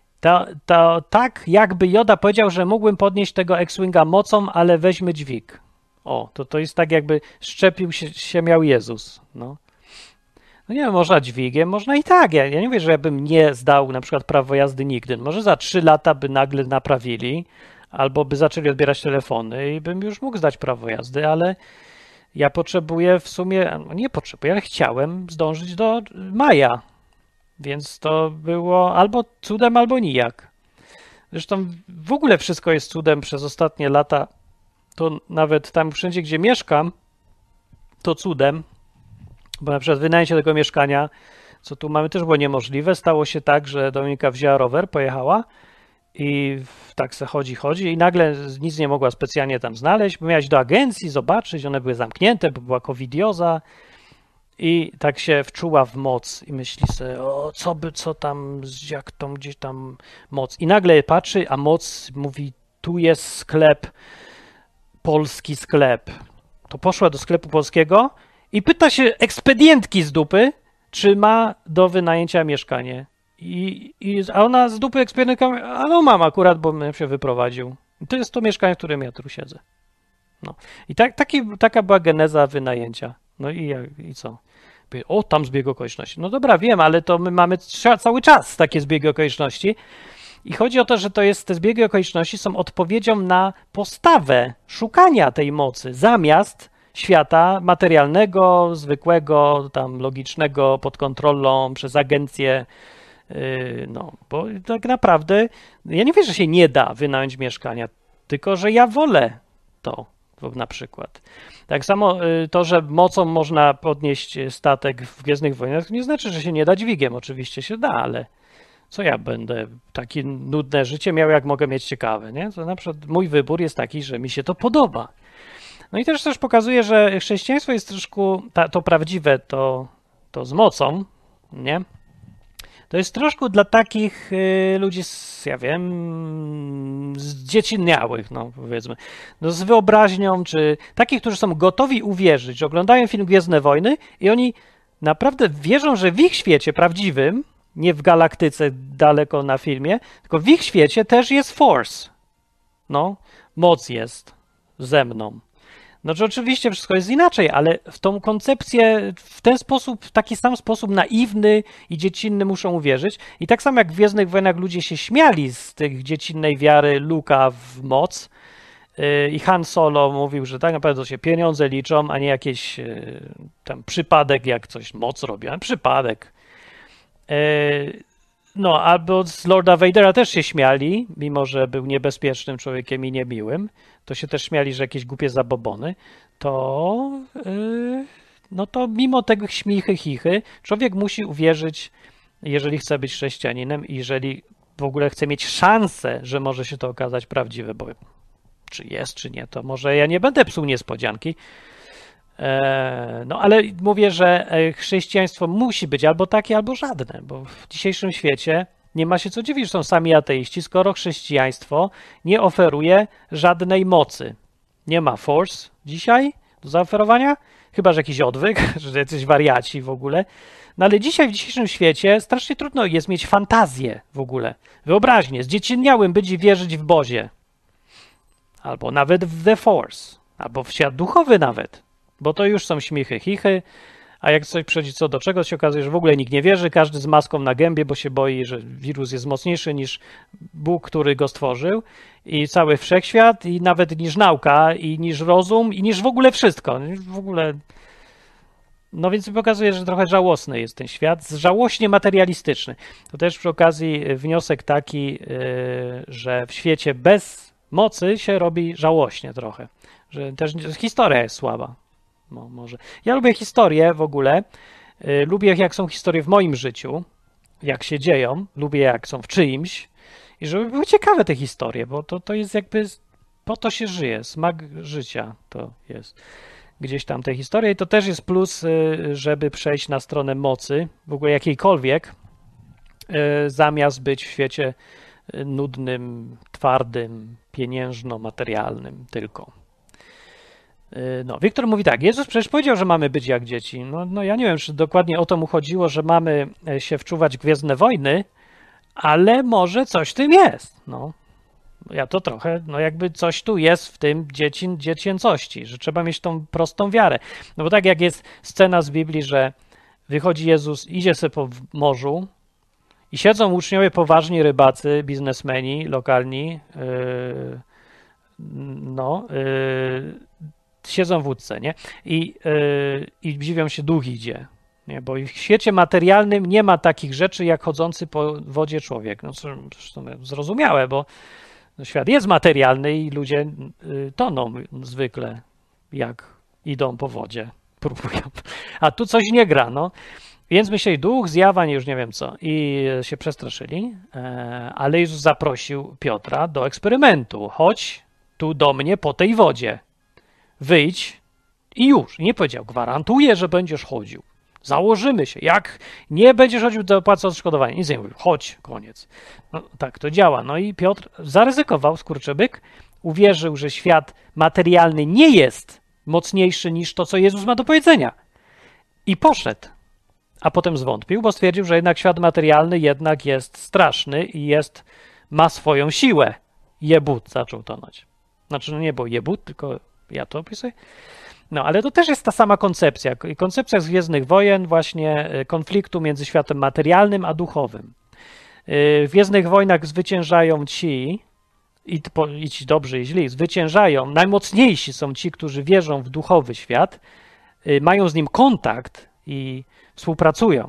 to tak jakby Joda powiedział, że mógłbym podnieść tego X-Winga mocą, ale weźmy dźwig. O, to jest tak jakby szczepił się miał Jezus, no. No nie wiem, można dźwigiem, można i tak. Ja nie mówię, że ja bym nie zdał na przykład prawo jazdy nigdy. Może za 3 lata by nagle naprawili, albo by zaczęli odbierać telefony i bym już mógł zdać prawo jazdy, ale ja potrzebuję w sumie, nie potrzebuję, ale chciałem zdążyć do maja. Więc to było albo cudem, albo nijak. Zresztą w ogóle wszystko jest cudem przez ostatnie lata. To nawet tam wszędzie, gdzie mieszkam, to cudem. Bo na przykład wynajęcie tego mieszkania, co tu mamy, też było niemożliwe. Stało się tak, że Dominika wzięła rower, pojechała i tak se chodzi i nagle nic nie mogła specjalnie tam znaleźć, bo miała iść do agencji, zobaczyć, one były zamknięte, bo była covidioza i tak się wczuła w moc i myśli sobie, o co tam, jak tą gdzieś tam moc. I nagle patrzy, a moc mówi, tu jest sklep, polski sklep. To poszła do sklepu polskiego i pyta się ekspedientki z dupy, czy ma do wynajęcia mieszkanie. A ona z dupy ekspedientka mówi, a no mam akurat, bo mnie się wyprowadził. I to jest to mieszkanie, w którym ja tu siedzę. No. I taka była geneza wynajęcia. No i co? O, tam zbieg okoliczności. No dobra, wiem, ale to my mamy cały czas takie zbiegi okoliczności. I chodzi o to, że te zbiegi okoliczności są odpowiedzią na postawę szukania tej mocy, zamiast świata materialnego, zwykłego, tam logicznego, pod kontrolą, przez agencję. No, bo tak naprawdę ja nie wiem, że się nie da wynająć mieszkania, tylko że ja wolę to na przykład. Tak samo to, że mocą można podnieść statek w Gwiezdnych Wojnach, nie znaczy, że się nie da dźwigiem. Oczywiście się da, ale co ja będę takie nudne życie miał, jak mogę mieć ciekawe, nie? To na przykład mój wybór jest taki, że mi się to podoba. No i też pokazuje, że chrześcijaństwo jest troszkę, to prawdziwe, to z mocą, nie? To jest troszkę dla takich ludzi, zdziecinniałych, no powiedzmy, no z wyobraźnią, czy takich, którzy są gotowi uwierzyć, że oglądają film Gwiezdne Wojny i oni naprawdę wierzą, że w ich świecie prawdziwym, nie w galaktyce daleko na filmie, tylko w ich świecie też jest Force. No, moc jest ze mną. No, że oczywiście wszystko jest inaczej, ale w tą koncepcję w ten sposób, w taki sam sposób naiwny i dziecinny muszą uwierzyć. I tak samo jak w Gwiezdnych Wojnach ludzie się śmiali z tych dziecinnej wiary Luka w moc i Han Solo mówił, że tak naprawdę to się pieniądze liczą, a nie jakiś tam przypadek, jak coś moc robi, ale przypadek. No, albo z Lorda Vadera też się śmiali, mimo że był niebezpiecznym człowiekiem i niemiłym, to się też śmiali, że jakieś głupie zabobony, no to mimo tego śmichy, chichy, człowiek musi uwierzyć, jeżeli chce być chrześcijaninem i jeżeli w ogóle chce mieć szansę, że może się to okazać prawdziwe, bo czy jest, czy nie, to może ja nie będę psuł niespodzianki, No ale mówię, że chrześcijaństwo musi być albo takie, albo żadne, bo w dzisiejszym świecie nie ma się co dziwić, że są sami ateiści, skoro chrześcijaństwo nie oferuje żadnej mocy. Nie ma force dzisiaj do zaoferowania, chyba że jakiś odwyk, że jacyś wariaci w ogóle. No ale dzisiaj w dzisiejszym świecie strasznie trudno jest mieć fantazję w ogóle, wyobraźnię, zdziecinniałym być i wierzyć w Bozie. Albo nawet w The Force, albo w świat duchowy nawet, bo to już są śmichy, chichy, a jak coś przychodzi co do czego, się okazuje, że w ogóle nikt nie wierzy, każdy z maską na gębie, bo się boi, że wirus jest mocniejszy niż Bóg, który go stworzył i cały wszechświat, i nawet niż nauka, i niż rozum, i niż w ogóle wszystko. W ogóle... No więc pokazuje, że trochę żałosny jest ten świat, żałośnie materialistyczny. To też przy okazji wniosek taki, że w świecie bez mocy się robi żałośnie trochę, że też historia jest słaba. No, może. Ja lubię historie w ogóle, lubię jak są historie w moim życiu, jak się dzieją, lubię jak są w czyimś i żeby były ciekawe te historie, bo to jest jakby, po to się żyje, smak życia to jest. Gdzieś tam te historie i to też jest plus, żeby przejść na stronę mocy, w ogóle jakiejkolwiek, zamiast być w świecie nudnym, twardym, pieniężno-materialnym tylko. No, Wiktor mówi tak, Jezus przecież powiedział, że mamy być jak dzieci. No ja nie wiem, czy dokładnie o to mu chodziło, że mamy się wczuwać w Gwiezdne Wojny, ale może coś w tym jest. No, ja to trochę, no jakby coś tu jest w tym dziecięcości, że trzeba mieć tą prostą wiarę. No bo tak jak jest scena z Biblii, że wychodzi Jezus, idzie sobie po morzu i siedzą uczniowie poważni, rybacy, biznesmeni lokalni, siedzą w łódce, nie? I dziwią się, duch idzie. Nie? Bo w świecie materialnym nie ma takich rzeczy, jak chodzący po wodzie człowiek. No zresztą zrozumiałe, bo świat jest materialny i ludzie toną zwykle, jak idą po wodzie, próbują. A tu coś nie gra, no. Więc myśleli, duch, zjawa, już nie wiem co. I się przestraszyli, ale Jezus zaprosił Piotra do eksperymentu. Chodź tu do mnie po tej wodzie. Wyjdź i już. I nie powiedział, gwarantuję, że będziesz chodził. Założymy się. Jak nie będziesz chodził, to płacę odszkodowanie. Nic nie mówił. Chodź, koniec. No, tak to działa. No i Piotr zaryzykował, skurczybyk, uwierzył, że świat materialny nie jest mocniejszy niż to, co Jezus ma do powiedzenia. I poszedł. A potem zwątpił, bo stwierdził, że jednak świat materialny jednak jest straszny i ma swoją siłę. Jebut zaczął tonąć. Znaczy, no nie było jebut, tylko ja to opisuję. No, ale to też jest ta sama koncepcja. Koncepcja z Gwiezdnych Wojen, właśnie konfliktu między światem materialnym a duchowym. W Gwiezdnych Wojnach zwyciężają ci, i ci dobrzy i źli, zwyciężają, najmocniejsi są ci, którzy wierzą w duchowy świat, mają z nim kontakt i współpracują.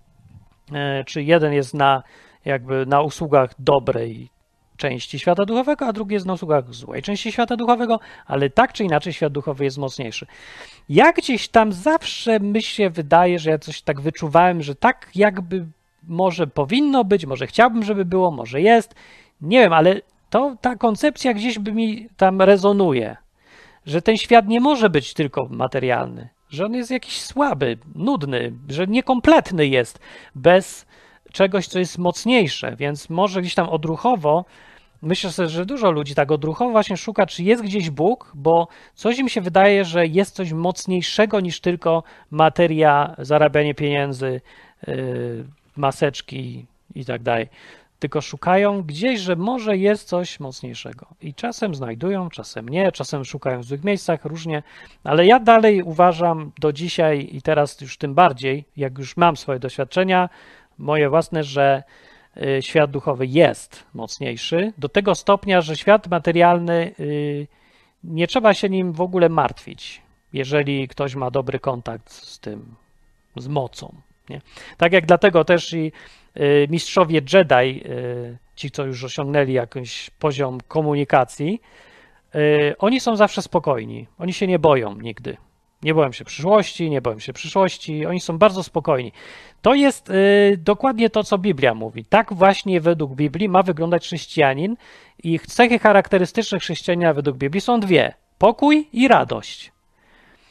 Czy jeden jest na usługach dobrej części świata duchowego, a drugi jest na usługach złej części świata duchowego, ale tak czy inaczej świat duchowy jest mocniejszy. Ja gdzieś tam zawsze mi się wydaje, że ja coś tak wyczuwałem, że tak jakby może powinno być, może chciałbym, żeby było, może jest, nie wiem, ale ta koncepcja gdzieś by mi tam rezonuje, że ten świat nie może być tylko materialny, że on jest jakiś słaby, nudny, że niekompletny jest bez czegoś, co jest mocniejsze, więc może gdzieś tam odruchowo, myślę sobie, że dużo ludzi tak odruchowo właśnie szuka, czy jest gdzieś Bóg, bo coś im się wydaje, że jest coś mocniejszego niż tylko materia, zarabianie pieniędzy, maseczki i tak dalej. Tylko szukają gdzieś, że może jest coś mocniejszego. I czasem znajdują, czasem nie, czasem szukają w złych miejscach, różnie, ale ja dalej uważam do dzisiaj i teraz już tym bardziej, jak już mam swoje doświadczenia, moje własne, że świat duchowy jest mocniejszy, do tego stopnia, że świat materialny nie trzeba się nim w ogóle martwić, jeżeli ktoś ma dobry kontakt z tym, z mocą. Nie? Tak jak dlatego też i mistrzowie Jedi, ci, co już osiągnęli jakiś poziom komunikacji, oni są zawsze spokojni, oni się nie boją nigdy. Nie boją się przyszłości, nie boją się przyszłości, oni są bardzo spokojni. To jest dokładnie to, co Biblia mówi. Tak właśnie według Biblii ma wyglądać chrześcijanin i cechy charakterystyczne chrześcijanina według Biblii są dwie. Pokój i radość.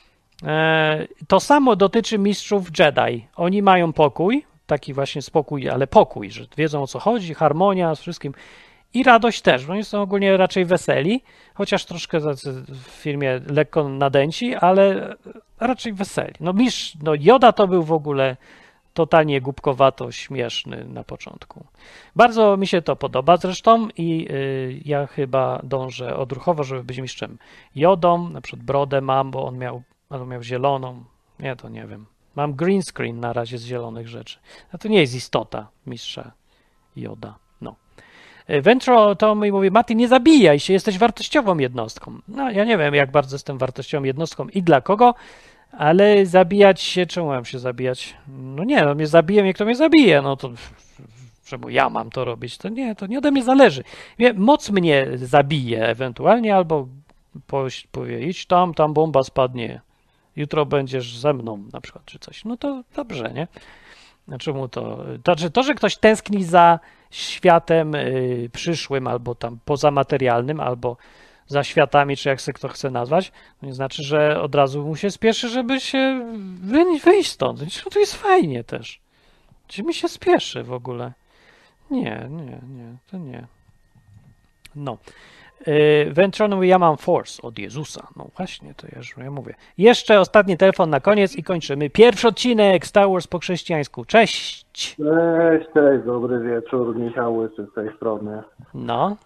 To samo dotyczy mistrzów Jedi. Oni mają pokój, taki właśnie spokój, ale pokój, że wiedzą o co chodzi, harmonia z wszystkim. I radość też, bo oni są ogólnie raczej weseli, chociaż troszkę w filmie lekko nadęci, ale raczej weseli. No mistrz, no Yoda to był w ogóle totalnie głupkowato śmieszny na początku. Bardzo mi się to podoba zresztą i ja chyba dążę odruchowo, żeby być mistrzem Jodą, na przykład brodę mam, bo on miał zieloną, ja to nie wiem. Mam green screen na razie z zielonych rzeczy. A to nie jest istota mistrza Yoda. No. Ventro to mi mówi, Mati, nie zabijaj się, jesteś wartościową jednostką. No ja nie wiem, jak bardzo jestem wartościową jednostką i dla kogo, ale zabijać się, czemu mam się zabijać? No nie, no mnie zabije, mnie kto mnie zabije, no to czemu ja mam to robić? To nie ode mnie zależy. Moc mnie zabije ewentualnie, albo powie, idź tam bomba spadnie, jutro będziesz ze mną na przykład, czy coś. No to dobrze, nie? Czemu to? Znaczy to, że ktoś tęskni za światem przyszłym, albo tam pozamaterialnym, albo za światami, czy jak sobie kto chce nazwać, to nie znaczy, że od razu mu się spieszy, żeby się wyjść stąd. No to jest fajnie też. Czy mi się spieszy w ogóle? Nie, to nie. No. Ventron mówi, ja mam Force od Jezusa. No właśnie, to ja mówię. Jeszcze ostatni telefon na koniec i kończymy. Pierwszy odcinek Star Wars po chrześcijańsku. Cześć! Cześć, dobry wieczór. Michał Łysy z tej strony. No.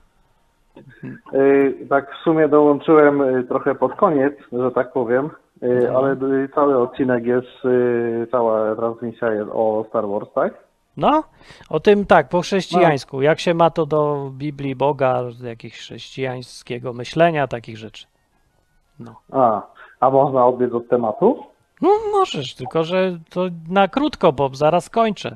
Tak w sumie dołączyłem trochę pod koniec, że tak powiem, ale cały odcinek jest, cała transmisja jest o Star Wars, tak? No, o tym tak, po chrześcijańsku. No. Jak się ma to do Biblii Boga, jakiegoś chrześcijańskiego myślenia, takich rzeczy. No. A można odbiec od tematu? No możesz, tylko że to na krótko, bo zaraz kończę.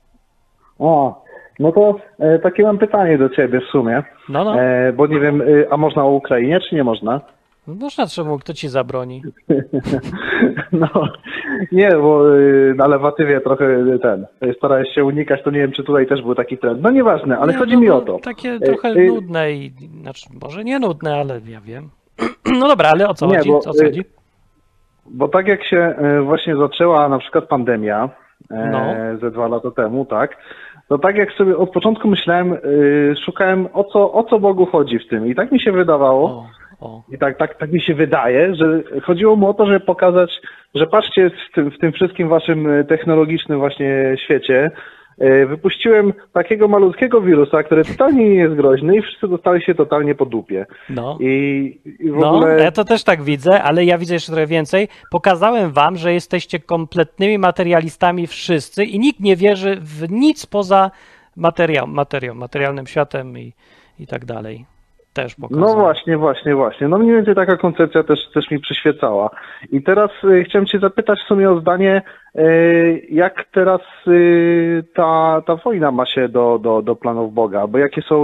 No to takie mam pytanie do ciebie w sumie. No. Bo nie wiem, a można o Ukrainie, czy nie można? Można, czemu kto ci zabroni? No, nie, bo na lewatywie trochę starałeś się unikać, to nie wiem, czy tutaj też był taki trend. No nieważne, ale chodzi mi o to. Takie trochę nudne i, znaczy może nie nudne, ale ja wiem. No dobra, ale o co chodzi? O co chodzi? Bo tak jak się właśnie zaczęła na przykład pandemia ze 2 lata temu, tak? To tak jak sobie od początku myślałem, szukałem o co Bogu chodzi w tym. I tak mi się wydawało, i tak mi się wydaje, że chodziło mu o to, żeby pokazać, że patrzcie w tym wszystkim waszym technologicznym właśnie świecie, wypuściłem takiego malutkiego wirusa, który totalnie nie jest groźny i wszyscy dostali się totalnie po dupie. No. I w ogóle... ja to też tak widzę, ale ja widzę jeszcze trochę więcej. Pokazałem wam, że jesteście kompletnymi materialistami wszyscy i nikt nie wierzy w nic poza materialnym światem i tak dalej. Też pokazałem. No właśnie. No mniej więcej taka koncepcja też mi przyświecała. I teraz chciałem cię zapytać w sumie o zdanie, jak teraz ta wojna ma się do planów Boga, bo jakie są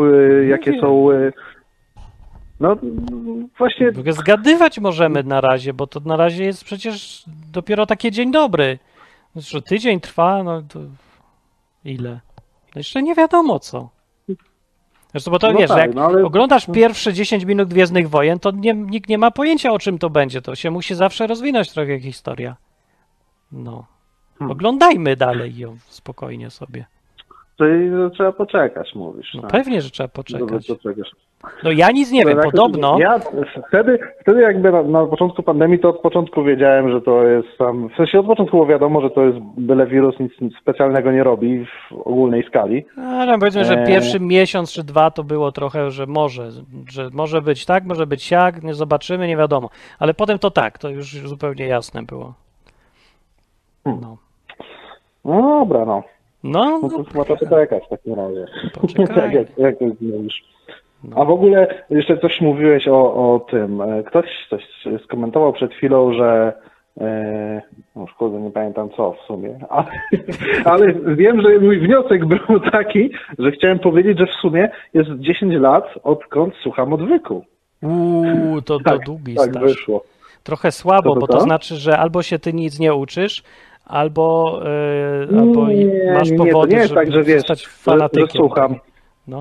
no właśnie... Zgadywać możemy na razie, bo to na razie jest przecież dopiero taki dzień dobry. Zresztą tydzień trwa, no to ile? No jeszcze nie wiadomo co. Zresztą, bo to wiesz, jak oglądasz pierwsze 10 minut Gwiezdnych Wojen, to nikt nie ma pojęcia, o czym to będzie. To się musi zawsze rozwinąć trochę jak historia. No. Oglądajmy dalej ją spokojnie sobie. Czyli trzeba poczekać, mówisz. No pewnie, że trzeba poczekać. No ja nic nie wiem, podobno... Ja wtedy jakby na początku pandemii, to od początku wiedziałem, że to jest tam... W sensie od początku było wiadomo, że to jest byle wirus, nic specjalnego nie robi w ogólnej skali. Ale powiedzmy, że pierwszy miesiąc czy 2 to było trochę, że może być tak, może być siak, nie zobaczymy, nie wiadomo. Ale potem to tak, to już zupełnie jasne było. No. No dobra, no. No to trzeba poczekać w takim razie. Poczekaj. jak mówisz. A w ogóle jeszcze coś mówiłeś o tym. Ktoś coś skomentował przed chwilą, że no szkoda, nie pamiętam co w sumie. Ale wiem, że mój wniosek był taki, że chciałem powiedzieć, że w sumie jest 10 lat, odkąd słucham odwyku. To długi staż. Tak wyszło. Trochę słabo, bo to znaczy, że albo się ty nic nie uczysz, albo masz powody, to nie jest żeby tak, że wiesz, zostać fanatykiem. Że słucham. No.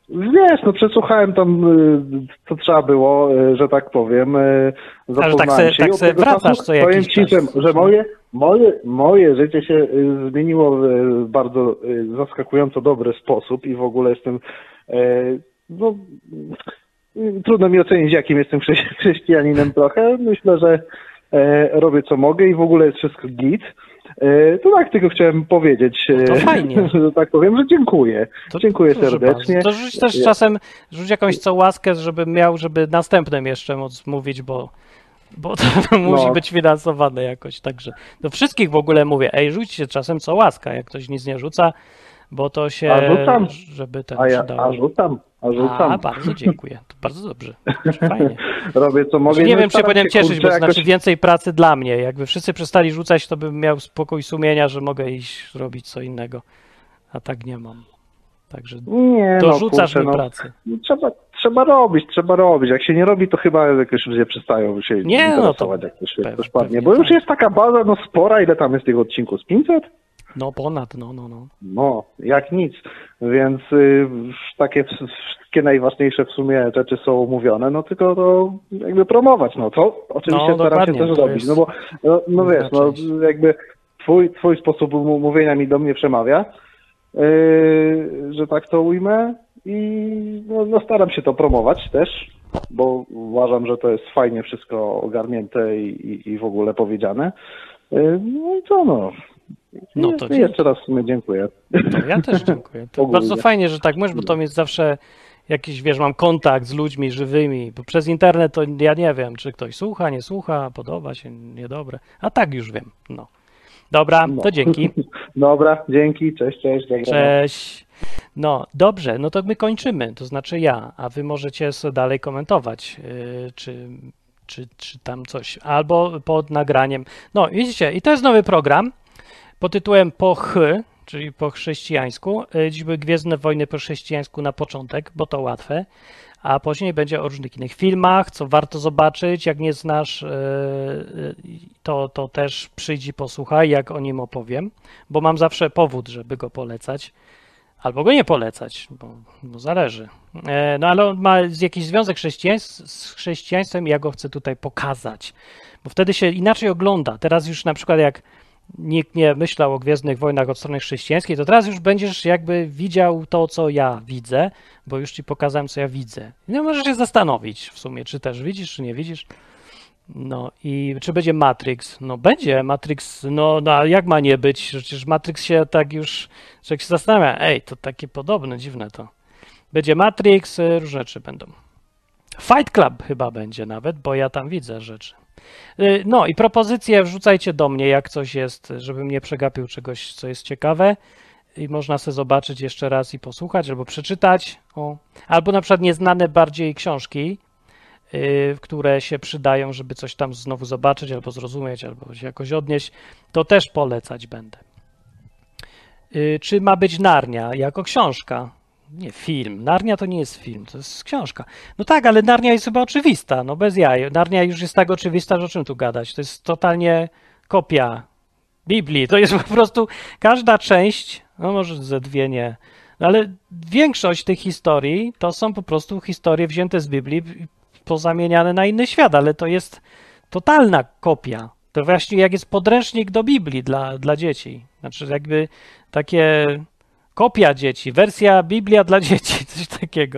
Wiesz, no przesłuchałem tam, co trzeba było, że tak powiem. Zapoznałem się. Tak se wracasz co powiem jakiś ci, czas. że moje życie się zmieniło w bardzo zaskakująco dobry sposób i w ogóle jestem, no, trudno mi ocenić, jakim jestem chrześcijaninem trochę. Myślę, że robię co mogę i w ogóle jest wszystko git. To tak, tylko chciałem powiedzieć, to fajnie. że tak powiem, że dziękuję. Dziękuję serdecznie. To rzuć też czasem, rzuć jakąś co łaskę, żeby następnym jeszcze móc mówić, bo to musi być finansowane jakoś, także do wszystkich w ogóle mówię, rzućcie czasem co łaska, jak ktoś nic nie rzuca, bo to się, żeby ten A rzucam. Bardzo dziękuję, to bardzo dobrze, fajnie. Robię co mogę. Nie wiem, czy się powinienem cieszyć, bo znaczy więcej pracy dla mnie, jakby wszyscy przestali rzucać, to bym miał spokój sumienia, że mogę iść robić co innego, a tak nie mam. Także dorzucasz mi pracy. Trzeba robić. Jak się nie robi, to chyba jakoś ludzie przestają się interesować, jak ktoś padnie. Bo już jest taka baza spora, ile tam jest tych odcinków? Z 500? No ponad, no. No, jak nic. Więc takie wszystkie najważniejsze w sumie rzeczy są omówione, no tylko to jakby promować, no to oczywiście staram się też robić, no bo no wiesz, no jakby twój sposób mówienia mi do mnie przemawia, że tak to ujmę i no staram się to promować też, bo uważam, że to jest fajnie wszystko ogarnięte i w ogóle powiedziane. No i co no. To jeszcze raz w sumie dziękuję. To ja też dziękuję. To bardzo fajnie, że tak mówisz, bo to jest zawsze jakiś, wiesz, mam kontakt z ludźmi żywymi, bo przez internet to ja nie wiem, czy ktoś słucha, nie słucha, podoba się, niedobre, a tak już wiem, no. Dobra, to dzięki. Dobra, dzięki, cześć. Dobra. Cześć. No, dobrze, no to my kończymy, to znaczy ja, a wy możecie sobie dalej komentować, czy tam coś, albo pod nagraniem. No, widzicie, i to jest nowy program pod tytułem czyli po chrześcijańsku. Dziś były Gwiezdne Wojny po chrześcijańsku na początek, bo to łatwe, a później będzie o różnych innych filmach, co warto zobaczyć. Jak nie znasz, to też przyjdź i posłuchaj, jak o nim opowiem, bo mam zawsze powód, żeby go polecać, albo go nie polecać, bo zależy. No ale on ma jakiś związek z chrześcijaństwem i ja go chcę tutaj pokazać, bo wtedy się inaczej ogląda. Teraz już na przykład jak nikt nie myślał o Gwiezdnych Wojnach od strony chrześcijańskiej, to teraz już będziesz jakby widział to, co ja widzę, bo już ci pokazałem, co ja widzę. No możesz się zastanowić w sumie, czy też widzisz, czy nie widzisz. No i czy będzie Matrix? No będzie Matrix, no a jak ma nie być? Przecież Matrix się tak już, człowiek się zastanawia, to takie podobne, dziwne to. Będzie Matrix, różne rzeczy będą. Fight Club chyba będzie nawet, bo ja tam widzę rzeczy. No i propozycje wrzucajcie do mnie, jak coś jest, żebym nie przegapił czegoś, co jest ciekawe i można sobie zobaczyć jeszcze raz i posłuchać, albo przeczytać, albo na przykład nieznane bardziej książki, które się przydają, żeby coś tam znowu zobaczyć, albo zrozumieć, albo się jakoś odnieść, to też polecać będę. Czy ma być Narnia jako książka? Nie, film. Narnia to nie jest film, to jest książka. No tak, ale Narnia jest chyba oczywista, no bez jaj. Narnia już jest tak oczywista, że o czym tu gadać? To jest totalnie kopia Biblii. To jest po prostu każda część, no może ze dwie nie, no ale większość tych historii to są po prostu historie wzięte z Biblii, pozamieniane na inny świat, ale to jest totalna kopia. To właśnie jak jest podręcznik do Biblii dla dzieci. Znaczy jakby takie kopia dzieci, wersja Biblia dla dzieci, coś takiego.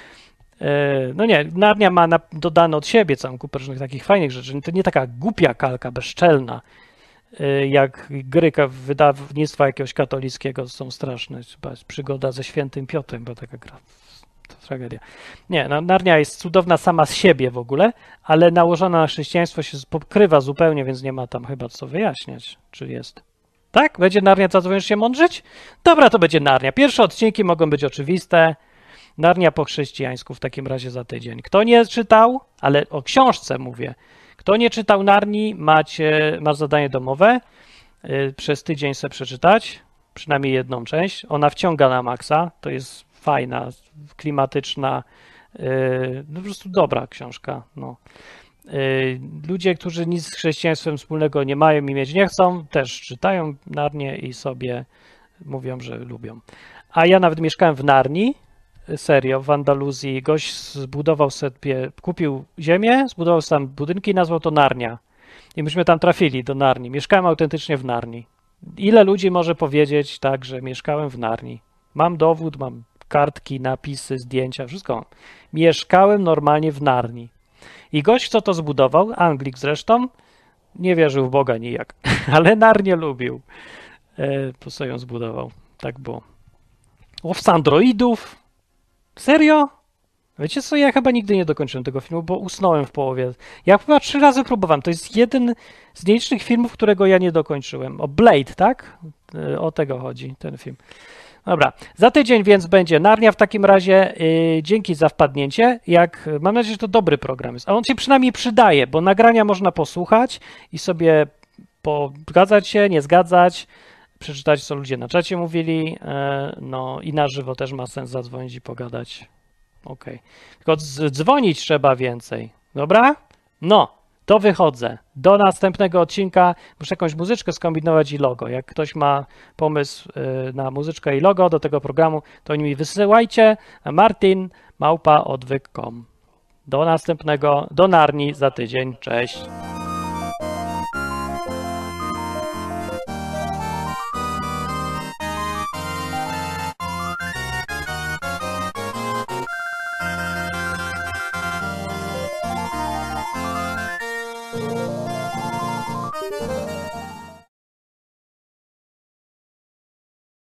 No nie, Narnia ma dodane od siebie całą kupę różnych takich fajnych rzeczy. To nie taka głupia kalka, bezczelna, jak gry wydawnictwa jakiegoś katolickiego są straszne. Chyba jest Przygoda ze Świętym Piotrem, bo taka gra. To tragedia. Nie, Narnia jest cudowna sama z siebie w ogóle, ale nałożona na chrześcijaństwo się pokrywa zupełnie, więc nie ma tam chyba co wyjaśniać, czy jest. Tak? Będzie Narnia, co będziesz się mądrzyć? Dobra, to będzie Narnia. Pierwsze odcinki mogą być oczywiste. Narnia po chrześcijańsku w takim razie za tydzień. Kto nie czytał, ale o książce mówię, kto nie czytał Narni, ma zadanie domowe, przez tydzień sobie przeczytać, przynajmniej jedną część. Ona wciąga na maksa, to jest fajna, klimatyczna, po prostu dobra książka. No. Ludzie, którzy nic z chrześcijaństwem wspólnego nie mają i mieć nie chcą, też czytają Narnię i sobie mówią, że lubią. A ja nawet mieszkałem w Narni serio w Andaluzji. Gość zbudował sobie, kupił ziemię, zbudował sam budynki i nazwał to Narnia. I myśmy tam trafili do Narni. Mieszkałem autentycznie w Narni. Ile ludzi może powiedzieć tak, że mieszkałem w Narni? Mam dowód, mam kartki, napisy, zdjęcia, wszystko mam. Mieszkałem normalnie w Narni. I gość, co to zbudował, Anglik zresztą, nie wierzył w Boga nijak, ale Narnię lubił. Po co ją zbudował? Tak było. Łowca androidów? Serio? Wiecie co, ja chyba nigdy nie dokończyłem tego filmu, bo usnąłem w połowie. Ja chyba 3 razy próbowałem. To jest jeden z nielicznych filmów, którego ja nie dokończyłem. O Blade, tak? O tego chodzi, ten film. Dobra, za tydzień więc będzie Narnia w takim razie. Dzięki za wpadnięcie. Mam nadzieję, że to dobry program jest. A on się przynajmniej przydaje, bo nagrania można posłuchać i sobie zgadzać się, nie zgadzać, przeczytać, co ludzie na czacie mówili. No i na żywo też ma sens zadzwonić i pogadać. Okej. Tylko dzwonić trzeba więcej. Dobra? No, to wychodzę. Do następnego odcinka. Muszę jakąś muzyczkę skombinować i logo. Jak ktoś ma pomysł na muzyczkę i logo do tego programu, to mi wysyłajcie. Martin@odwyk.com. Do następnego, do Narni za tydzień. Cześć.